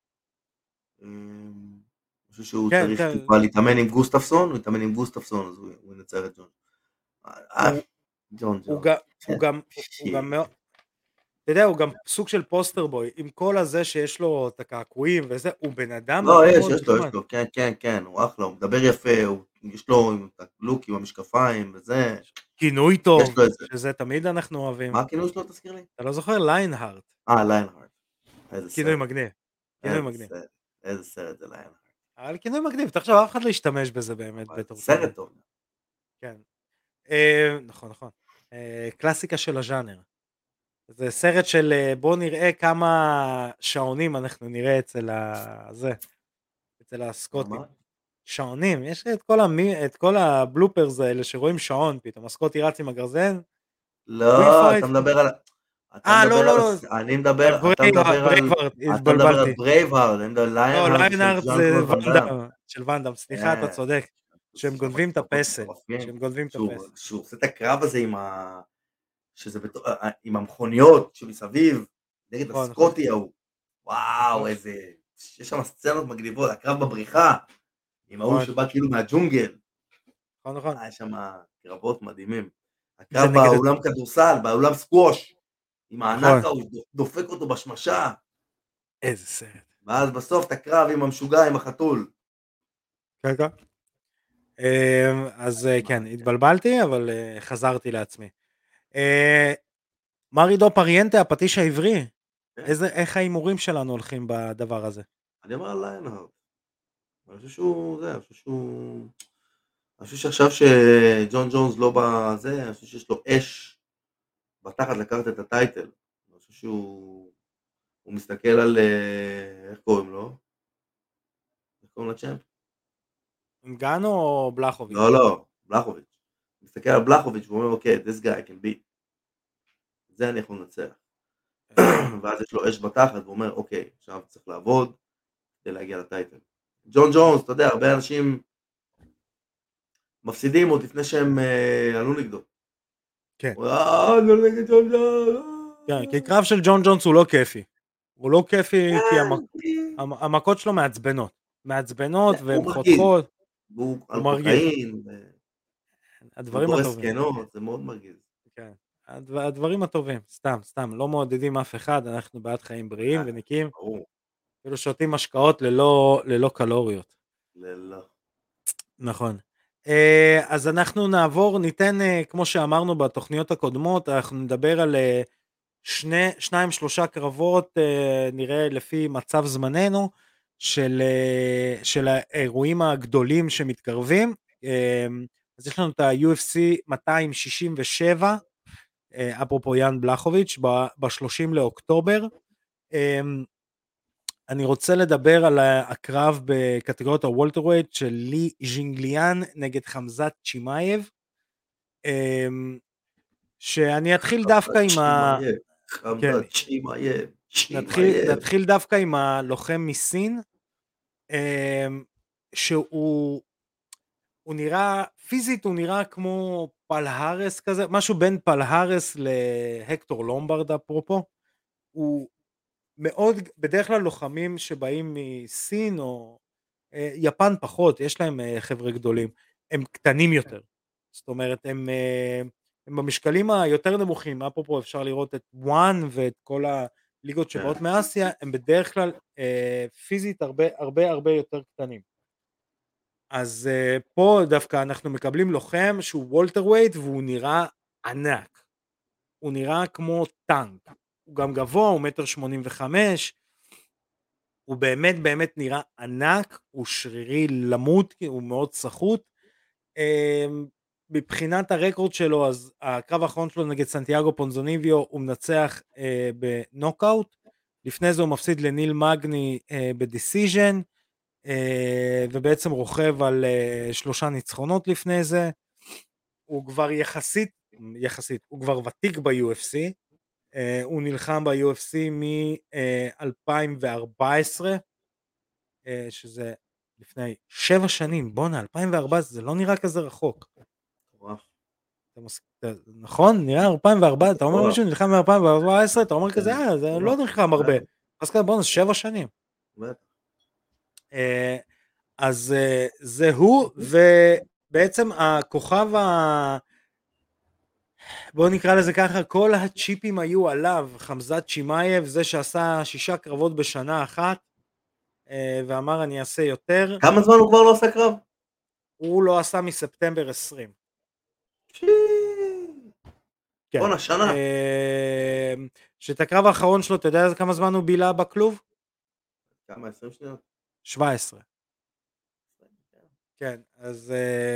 אני חושב שהוא כן, צריך כן. טיפה להתאמן עם גוסטפסון, הוא יתאמן עם גוסטפסון, אז הוא ינצח את ג'ון. הוא גם מאוד... אתה יודע, הוא גם סוג של פוסטר בוי, עם כל הזה שיש לו את הקעקועים וזה, הוא בן אדם לא, מאוד יש מאוד לו, נחמד. כן, הוא אחלה, הוא מדבר יפה, יש לו את הלוק עם המשקפיים וזה. כינוי טוב, יש לו את זה. שזה תמיד אנחנו אוהבים. מה הכינוי שלו, תזכיר לי? אתה לא זוכר? ליינהארט. ליינהארט. איזה כינוי סרט. מגניב. כינוי מגניב. איזה סרט זה ליינהארט. אבל כינוי מגניב, תחשוב, אף אחד לא ישתמש בזה באמת בתור כינוי. סרט טוב. כן. נכון. קלאסיקה של הז'אנר. זה סרט של בוא נראה כמה שעונים אנחנו נראה אצל הסקוטים. שעונים, יש את כל הבלופרס האלה שרואים שעון פתאום, הסקוטי רץ עם הגרזן. לא, אתה מדבר על... לא. אני מדבר, אתה מדבר על ברייבהארט, לא, ליינהארט זה של ואנדאם, סליחה, אתה צודק, שהם גונבים את הפסל, שהוא עושה את הקרב הזה עם המכוניות שמסביב, נגד הסקוטי ההוא, וואו, איזה, יש שם סצנות מגניבות, הקרב בבריחה, עם ההוא שבא כאילו מהג'ונגל, נכון. יש שם קרבות מדהימים, הקרב באולם כדורסל, באולם סקווש, עם הענק ההוא, דופק אותו בשמשה. איזה סרט. ואז בסוף את הקרב עם המשוגע, עם החתול. כן. אז כן, התבלבלתי, אבל חזרתי לעצמי. מרידו פריאנטה, הפטיש העברי. איך ההימורים שלנו הולכים בדבר הזה? אני אומר על ליינהארט. אני חושב שעכשיו שג'ון ג'ונס לא בזה, אני חושב שיש לו אש בתחת לקחת את הטייטל. אני חושב שהוא מסתכל על, איך קוראים לו? איך קוראים לצ'אמפ? גאנו או בלחוביץ'? לא, בלחוביץ'. הוא מסתכל על בלחוביץ' ואומר, אוקיי, this guy I can beat. זה אני יכול לנצח. ואז יש לו אש בתחת ואומר, אוקיי, עכשיו צריך לעבוד כדי להגיע לטייטל. ג'ון ג'ונס, אתה יודע, הרבה אנשים מפסידים עוד לפני שהם עלו נגדו. כן. לא נגד ג'ון ג'ונס. כן, כי קרב של ג'ון ג'ונס הוא לא כיפי. הוא לא כיפי כי המכות שלו מעצבנות והן חותכות. הוא על קוקאין. הדברים הטובים. זה מאוד מרגיז. כן. הדברים הטובים, סתם, לא מעודדים אף אחד, אנחנו בעד חיים בריאים ונקיים. אפילו שותים משקאות ללא קלוריות. נכון. אז אנחנו ניתן, כמו שאמרנו בתוכניות הקודמות, אנחנו נדבר על 2-3 קרבות, נראה לפי מצב זמננו, של האירועים הגדולים שמתקרבים. אז יש לנו את ה-UFC 267, אפרופו יאן בלחוביץ', ב-30 לאוקטובר. אני רוצה לדבר על הקרב בקטגוריות הוולטרווייט של לי ז'ינגליאן נגד חמזת צ'ימאייב, שאני אתחיל דווקא עם נתחיל דווקא עם הלוחם מסין, שהוא נראה, פיזית הוא נראה כמו פלהרס כזה, משהו בין פלהרס להקטור לומברד אפרופו. הוא מאוד, בדרך כלל לוחמים שבאים מסין או יפן פחות, יש להם חבר'ה גדולים, הם קטנים יותר, זאת אומרת הם במשקלים היותר נמוכים, אפרופו אפשר לראות את וואן ואת כל הליגות שבאות מאסיה, הם בדרך כלל פיזית הרבה יותר קטנים. אז פה דווקא אנחנו מקבלים לוחם שהוא וולטרווייט והוא נראה ענק, הוא נראה כמו טנק, הוא גם גבוה, הוא 1.85 מטר, הוא באמת באמת נראה ענק, הוא שרירי למות, הוא מאוד סחוט. מבחינת הרקורד שלו, אז הקרב האחרון שלו נגד סנטיאגו פונזוניביו, הוא מנצח בנוקאוט, לפני זה הוא מפסיד לניל מגני בדיסיז'ן, ובעצם רוכב על 3 ניצחונות לפני זה. הוא כבר יחסית, הוא כבר ותיק ב-UFC, הוא נלחם ב-UFC מ-2014, שזה לפני 7 שנים, בונה, 2014, זה לא נראה כזה רחוק. נכון? נראה 2014, אתה אומר מישהו נלחם מ-2014, אתה אומר כזה, זה לא נלחם הרבה. אז כזה, בונה, זה 7 שנים. אז זה הוא, ובעצם הכוכב בואו נקרא לזה ככה, כל הצ'יפים היו עליו, חמזת שימאייב, זה שעשה 6 קרבות בשנה אחת, ואמר אני אעשה יותר. כמה זמן הוא כבר לא עשה קרב? הוא לא עשה מספטמבר 20. בוא נשנה. שאת הקרב האחרון שלו, אתה יודע כמה זמן הוא בילה בכלוב? כמה, 20 שניות? 17. כן, אז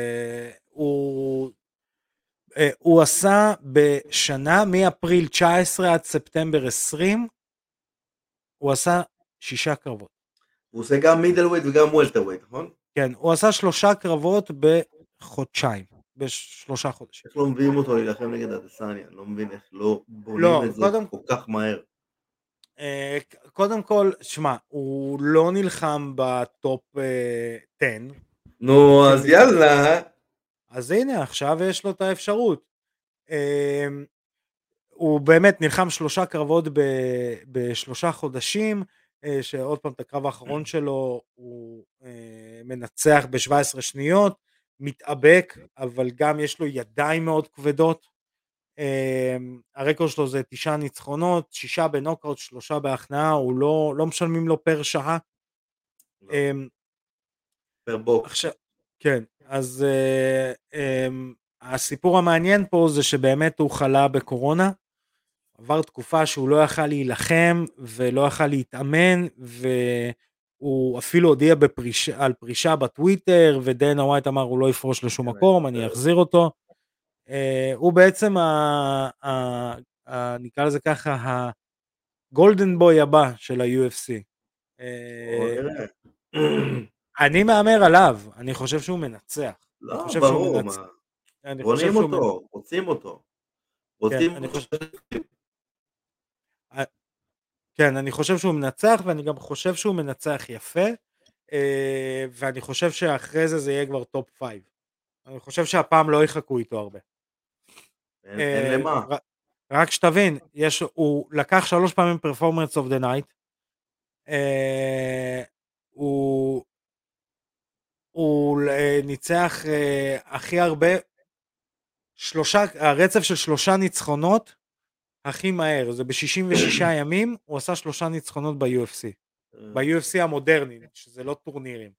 הוא עשה בשנה, מאפריל 19 עד ספטמבר 20, הוא עשה 6 קרבות. הוא עושה גם מידלווייט וגם וולטרווייט, נכון? כן, הוא עשה 3 קרבות בחודשיים, ב3 חודשים. איך לא מביאים אותו להילחם נגד אדסניה? אני לא מבין איך לא בונים את זה כל כך מהר. קודם כל, שמע, הוא לא נלחם בטופ 10. נו, אז יאללה. אז הנה, עכשיו יש לו את האפשרות. הוא באמת נלחם 3 קרבות ב3 חודשים, שעוד פעם את הקרב האחרון שלו הוא מנצח ב17 שניות, מתאבק, אבל גם יש לו ידיים מאוד כבדות. הרקורד שלו זה 9 ניצחונות, 6 בנוקאוט, 3 בהכנעה, הוא לא משלמים לו פר שעה. פר בוקס. עכשיו, כן, אז הסיפור המעניין פה זה שבאמת הוא חלה בקורונה, עבר תקופה שהוא לא יכל להילחם ולא יכל להתאמן, והוא אפילו הודיע על פרישה בטוויטר, ודנה ווייט אמר הוא לא יפרוש לשום מקום, אני אחזיר אותו. הוא בעצם נקרא לזה ככה הגולדן בוי הבא של ה-UFC. אני מאמר עליו, אני חושב שהוא מנצח. לא, ברור, בונים אותו, רוצים אותו. כן, אני חושב שהוא מנצח, ואני גם חושב שהוא מנצח יפה, ואני חושב שאחרי זה יהיה כבר טופ 5. אני חושב שהפעם לא יחכו איתו הרבה. אין למה. רק שתבין, הוא לקח 3 פעמים Performance of the Night, הוא ניצח הכי הרבה, הרצף של 3 ניצחונות הכי מהר, זה ב-66 ימים, הוא עשה 3 ניצחונות ב-UFC, ב-UFC המודרני, שזה לא טורנירים.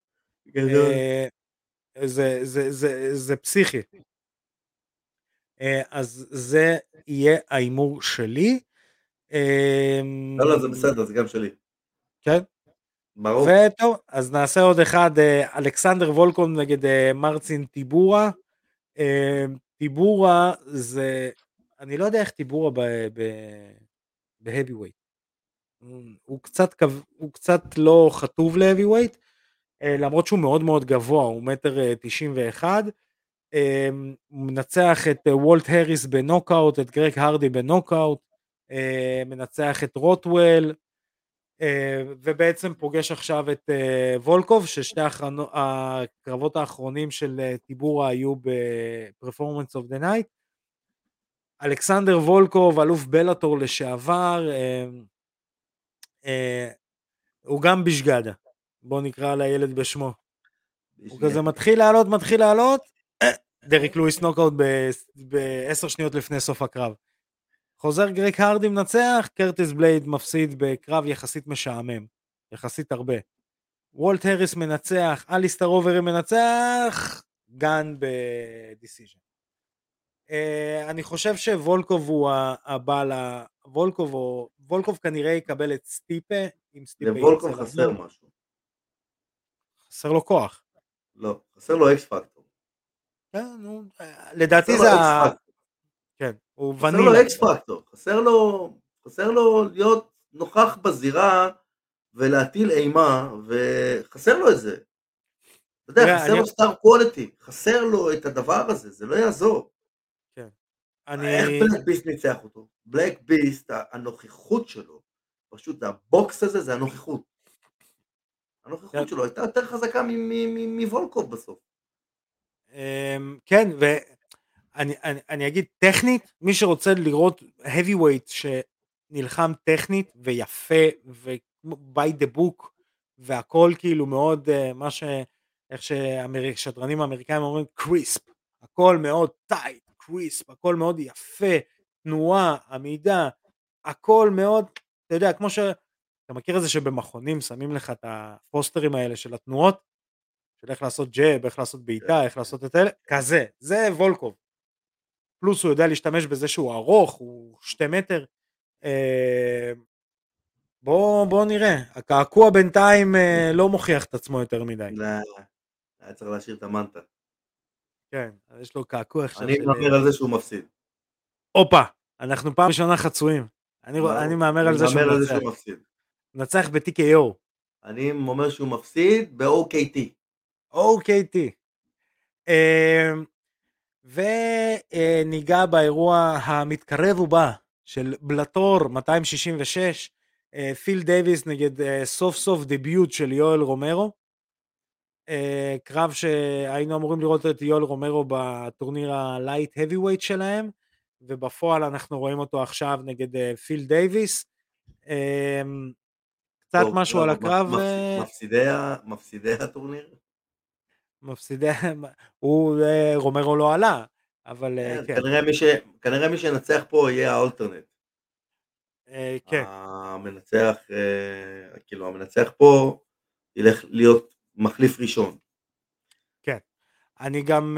זה פסיכי. אז זה יהיה האימור שלי. לא, זה בסדר, זה גם שלי. כן? ברור. וטוב, אז נעשה עוד אחד, אלכסנדר וולקוב נגד מרצין טיבורה. טיבורה זה, אני לא יודע איך טיבורה בהאביווייט. הוא קצת לא חטוב להאביווייט, למרות שהוא מאוד מאוד גבוה, הוא 1.91 מטר. הוא מנצח את וולט הריס בנוקאוט, את גרג הרדי בנוקאוט, מנצח את רוטוול, ובעצם פוגש עכשיו את וולקוב, ששתי הקרבות האחרונים של טיבורה היו ב-Performance of the Night. אלכסנדר וולקוב, אלוף בלאטור לשעבר, הוא גם בשגדה, בוא נקרא לילד בשמו. הוא כזה מתחיל לעלות, דריק לואיס נוקאוט ב10 שניות לפני סוף הקרב. חוזר גרג הרדי מנצח, קרטיס בלייד מפסיד בקרב יחסית משעמם, יחסית הרבה. וולט הריס מנצח, אליסטר אוברי מנצח, גן בדיסיז'ן. אני חושב שוולקוב הוא הבעל, וולקוב כנראה יקבל את סטיפה, אם סטיפה ירצה לוולקוב חסר לחזור, משהו. חסר לו כוח. לא, חסר לו אקס פקטור. כן, לדעתי חסר זה לו אקס פקטור. כן, הוא חסר לו ונילה. אקס פקטור. חסר לו להיות נוכח בזירה ולהטיל אימה, וחסר לו את זה. אתה יודע, תראה, חסר לו סטאר קואליטי, חסר לו את הדבר הזה, זה לא יעזור. כן, איך בלק ביסט ניצח אותו? בלק ביסט, הנוכחות שלו, פשוט הבוקס הזה זה הנוכחות. הנוכחות שלו הייתה יותר חזקה מוולקוב בסוף. כן, ואני אגיד טכנית, מי שרוצה לראות heavyweight שנלחם טכנית ויפה ו-by the book והכל כאילו מאוד, איך ששדרנים האמריקאים אומרים קריספ, הכל מאוד טייט, קריספ, הכל מאוד יפה, תנועה, עמידה, הכל מאוד, אתה יודע, כמו אתה מכיר את זה שבמכונים שמים לך את הפוסטרים האלה של התנועות, של איך לעשות ג'אב, איך לעשות בעיטה, איך לעשות את אלה, כזה, זה וולקוב. פלוס הוא יודע להשתמש בזה שהוא ארוך, הוא 2 מטר. בוא נראה, הקעקוע בינתיים לא מוכיח את עצמו יותר מדי. לא, היה צריך להשאיר את המנטה. כן, יש לו קעקוע עכשיו אני מאמר על זה שהוא מפסיד. אופה, אנחנו פעם ראשונה חצויים. אני מאמר על זה שהוא מפסיד. נצח ב-TKO. אני אומר שהוא מפסיד ב-OKT. OKT. וניגע באירוע המתקרב ובא של בלטור 266, פיל דייביס נגד סוף סוף דביוט של יואל רומרו, קרב שהיינו אמורים לראות את יואל רומרו בטורניר הלייט heavyweight שלהם, ובפועל אנחנו רואים אותו עכשיו נגד פיל דייביס. קצת משהו על הקרב. מפסידי הטורניר? רומרו לא עלה, אבל כן. כנראה מי שנצח פה יהיה האולטרנט. כן. המנצח פה ילך להיות מחליף ראשון. כן. אני גם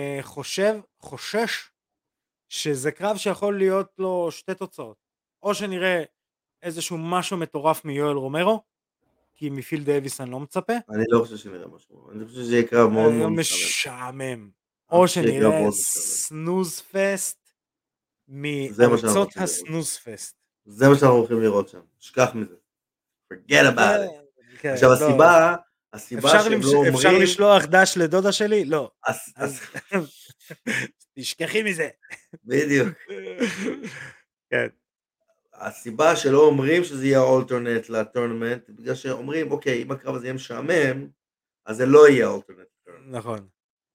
חושש שזה קרב שיכול להיות לו 2 תוצאות. או שנראה איזשהו משהו מטורף מיואל רומרו, כי מפיל דייביס אני לא מצפה. אני לא חושב שנראה משהו. אני חושב שזה יהיה קרב מאוד מאוד משעמם. או שנראה סנוז פסט מארצות הסנוז פסט. זה מה שאנחנו הולכים לראות שם. שכח מזה. forget about it. עכשיו הסיבה שהם לא אומרים... אפשר לשלוח דש לדודה שלי? לא. אז תשכחי מזה. בדיוק. כן. הסיבה שלא אומרים שזה יהיה אולטרנט לטורנמנט, בגלל שאומרים, אוקיי, אם הקרב הזה יהיה משעמם, אז זה לא יהיה אולטרנט. נכון.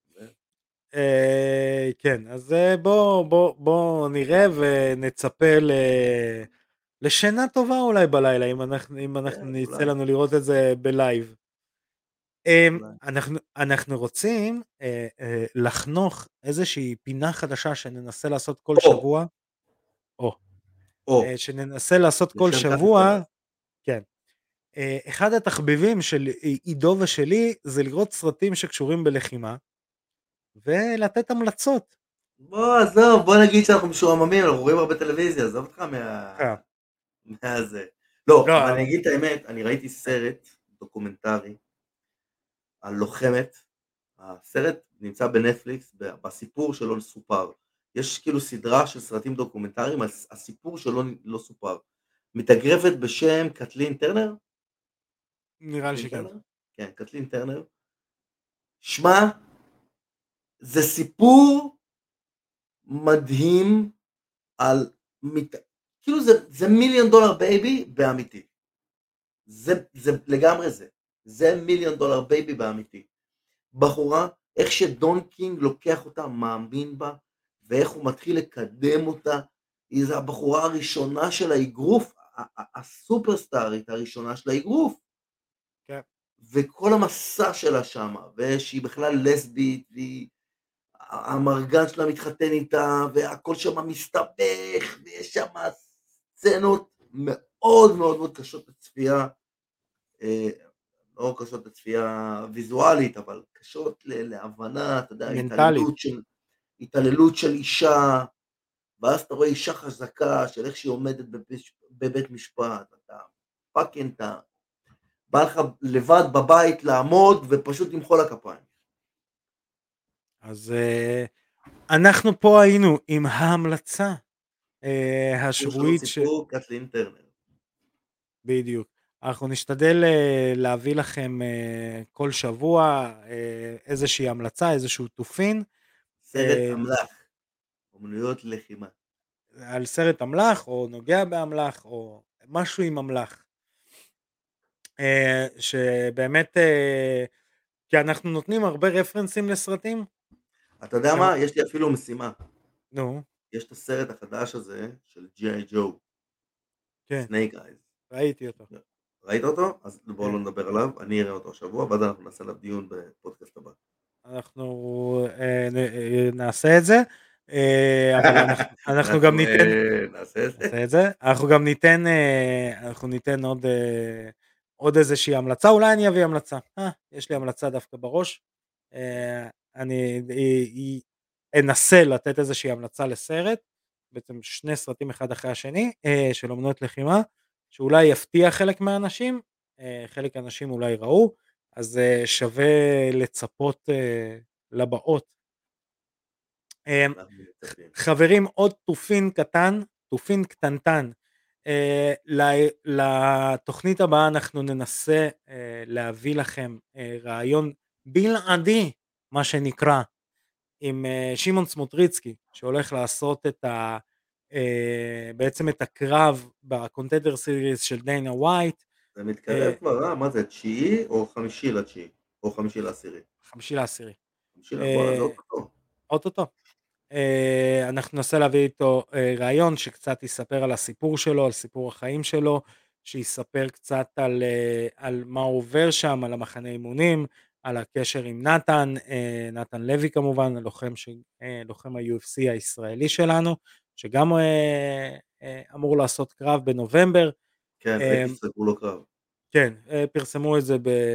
כן, אז בוא נראה ונצפה לשינה טובה אולי בלילה, אם אנחנו נצא לנו לראות את זה בלייב. אנחנו רוצים לחנוך איזושהי פינה חדשה שננסה לעשות כל שבוע, שננסה לעשות כל שבוע, כן. אחד התחביבים של עידו ושלי זה לראות סרטים שקשורים בלחימה, ולתת המלצות. בוא נגיד שאנחנו משועממים, אנחנו רואים הרבה טלוויזיה, עזוב אותך מהזה. לא, אבל אני אגיד את האמת, אני ראיתי סרט דוקומנטרי על לוחמת, הסרט נמצא בנטפליקס, בסיפור שלא סופר. יש כאילו סדרה של סרטים דוקומנטריים, הסיפור שלא לא סופר. מתאגרפת בשם קטלין טרנר? נראה לי שכן. כן, קטלין טרנר. שמה, זה סיפור מדהים על, כאילו זה $1 מיליון בייבי באמיתי. זה לגמרי זה $1 מיליון בייבי באמיתי. בחורה, איך שדון קינג לוקח אותה, מאמין בה, ואיך הוא מתחיל לקדם אותה, היא זה הבחורה הראשונה של האגרוף, הסופרסטארית הראשונה של האגרוף. כן. וכל המסע שלה שמה, ושהיא בכלל לסבית, והמרגן שלה מתחתן איתה, והכל שמה מסתבך, ויש שם סצנות מאוד מאוד מאוד קשות לצפייה, לא קשות לצפייה ויזואלית, אבל קשות להבנה, אתה יודע, התעללות של אישה, ואז אתה רואה אישה חזקה, של איך שהיא עומדת בבית משפט, אתה פאקינג, אתה בא לך לבד בבית לעמוד ופשוט למחוא לה כפיים. אז אנחנו פה היינו עם ההמלצה סיפור שלא השבועית סיפור, קתלין טרנר. בדיוק. אנחנו נשתדל להביא לכם כל שבוע איזושהי המלצה, איזשהו תופין. סרט אמל"ח, אומנויות לחימה. על סרט אמל"ח, או נוגע באמל"ח, או משהו עם אמל"ח. שבאמת, כי אנחנו נותנים הרבה רפרנסים לסרטים. אתה יודע מה? יש לי אפילו משימה. נו. יש את הסרט החדש הזה של ג'יי ג'ו. כן. סנייק אייז. ראיתי אותו. ראית אותו? אז בואו לא נדבר עליו, אני אראה אותו השבוע, ואז אנחנו נעשה עליו דיון בפודקאסט הבא. אנחנו נעשה את זה, אבל אנחנו גם ניתן, נעשה נעשה את זה, אנחנו ניתן עוד איזושהי המלצה, אולי אני אביא המלצה, יש לי המלצה דווקא בראש, אני אנסה לתת איזושהי המלצה לסרט, בעצם שני סרטים אחד אחרי השני, של אומנויות לחימה, שאולי יפתיע חלק מהאנשים, חלק האנשים אולי ראו, אז שווה לצפות לבאות. חברים, עוד תופין קטנטן, לתוכנית הבאה אנחנו ננסה להביא לכם רעיון בלעדי, מה שנקרא, עם שמעון סמוטריצקי, שהולך לעשות בעצם את הקרב בקונטנדר סיריס של דיינה ווייט. זה מתקרב כבר, מה זה, 9 או 5/9? או 5/10? 5/10. 5/10, זה אוטוטו. אוטוטו. אנחנו ננסה להביא איתו רעיון שקצת יספר על הסיפור שלו, על סיפור החיים שלו, שיספר קצת על מה הוא עובר שם, על המחנה אימונים, על הקשר עם נתן לוי כמובן, לוחם ה-UFC הישראלי שלנו, שגם אמור לעשות קרב בנובמבר. כן, הייתי סגרו לו קרב. כן, פרסמו את זה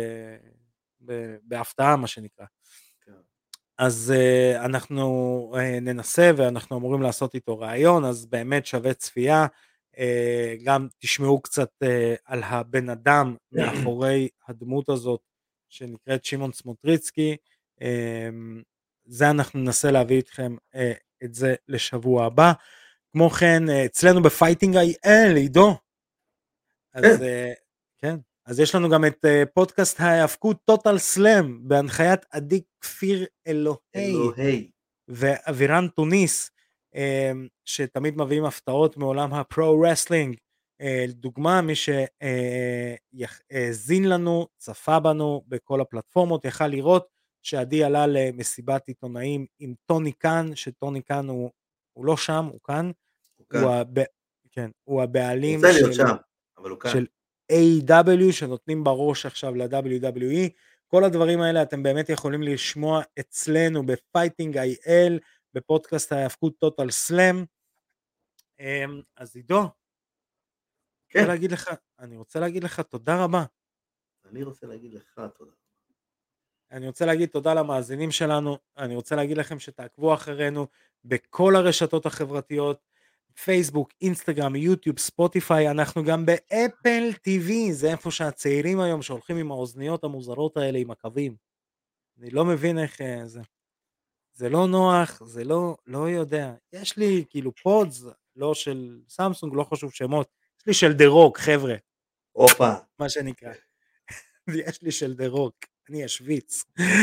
בהפתעה מה שנקרא. אז אנחנו ננסה ואנחנו אמורים לעשות איתו רעיון, אז באמת שווה צפייה, גם תשמעו קצת על הבן אדם מאחורי הדמות הזאת שנקראת שמעון סמוטריצקי, זה אנחנו ננסה להביא איתכם את זה לשבוע הבא. כמו כן אצלנו בפייטינג IL, עידו, אז כן, אז יש לנו גם את פודקאסט ההאבקות טוטל סלאם בהנחיית עדי כפיר אלוהי ואבירן טוניס, שתמיד מביאים הפתעות מעולם הפרו-רסלינג. דוגמה, מי שהזין לנו, צפה בנו בכל הפלטפורמות, יכל לראות שעדי עלה למסיבת עיתונאים עם טוני קאן, שטוני קאן הוא לא שם, הוא כאן, הוא הבעלים של AEW, שנותנים בראש עכשיו ל-WWE. כל הדברים האלה אתם באמת יכולים לשמוע אצלנו בפייטינג IL, בפודקאסט ההאבקות טוטל סלאם. אז עידו, אני רוצה להגיד לך תודה רבה. אני רוצה להגיד לך תודה. אני רוצה להגיד תודה למאזינים שלנו, אני רוצה להגיד לכם שתעקבו אחרינו בכל הרשתות החברתיות, פייסבוק, אינסטגרם, יוטיוב, ספוטיפיי, אנחנו גם באפל TV, זה איפה שהצעירים היום שהולכים עם האוזניות המוזרות האלה עם הקווים. אני לא מבין איך זה לא נוח, זה לא יודע. יש לי כאילו פודס, לא של סמסונג, לא חשוב שמות, יש לי של דה רוק, חבר'ה. אופה. מה שנקרא. יש לי של דה רוק, אני אשוויץ.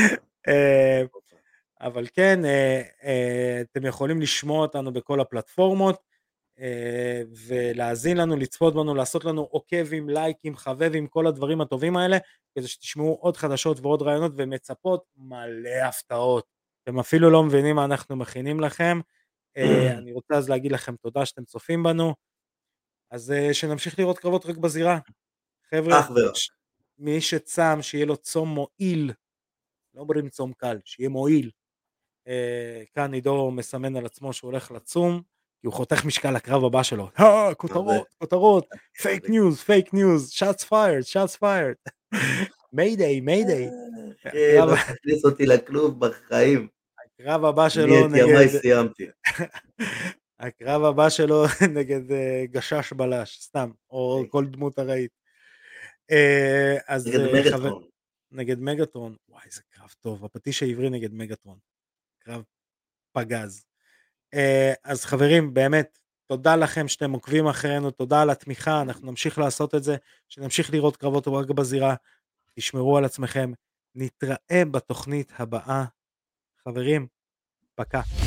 אבל כן, אתם יכולים לשמוע אותנו בכל הפלטפורמות, ולהאזין לנו, לצפות בנו, לעשות לנו עוקבים, לייקים, חבבים, כל הדברים הטובים האלה, כדי שתשמעו עוד חדשות ועוד רעיונות, ומצפות מלא הפתעות. אתם אפילו לא מבינים מה אנחנו מכינים לכם. אני רוצה אז להגיד לכם תודה שאתם צופים בנו, אז שנמשיך לראות קרבות רק בזירה. חבר'ה, מי שצם, שיהיה לו צום מועיל, לא אומרים צום קל, שיהיה מועיל. כאן עידו מסמן על עצמו שהוא הולך לצום, כי הוא חותך משקל לקרב הבא שלו. כותרות, פייק ניוז, shots fired. מיידיי. לא תכניס אותי לכלוב בחיים. הקרב הבא שלו אני את ימי סיימתי. הקרב הבא שלו נגד גשש בלש, סתם, או כל דמות הרעית. אז נגד מגטרון. נגד מגטרון, וואי, זה קרב טוב, הפטיש העברי נגד מגטרון, קרב פגז. אז חברים, באמת, תודה לכם שאתם עוקבים אחרינו, תודה על התמיכה, אנחנו נמשיך לעשות את זה, שנמשיך לראות קרבות רק בזירה, תשמרו על עצמכם, נתראה בתוכנית הבאה, חברים, פקה.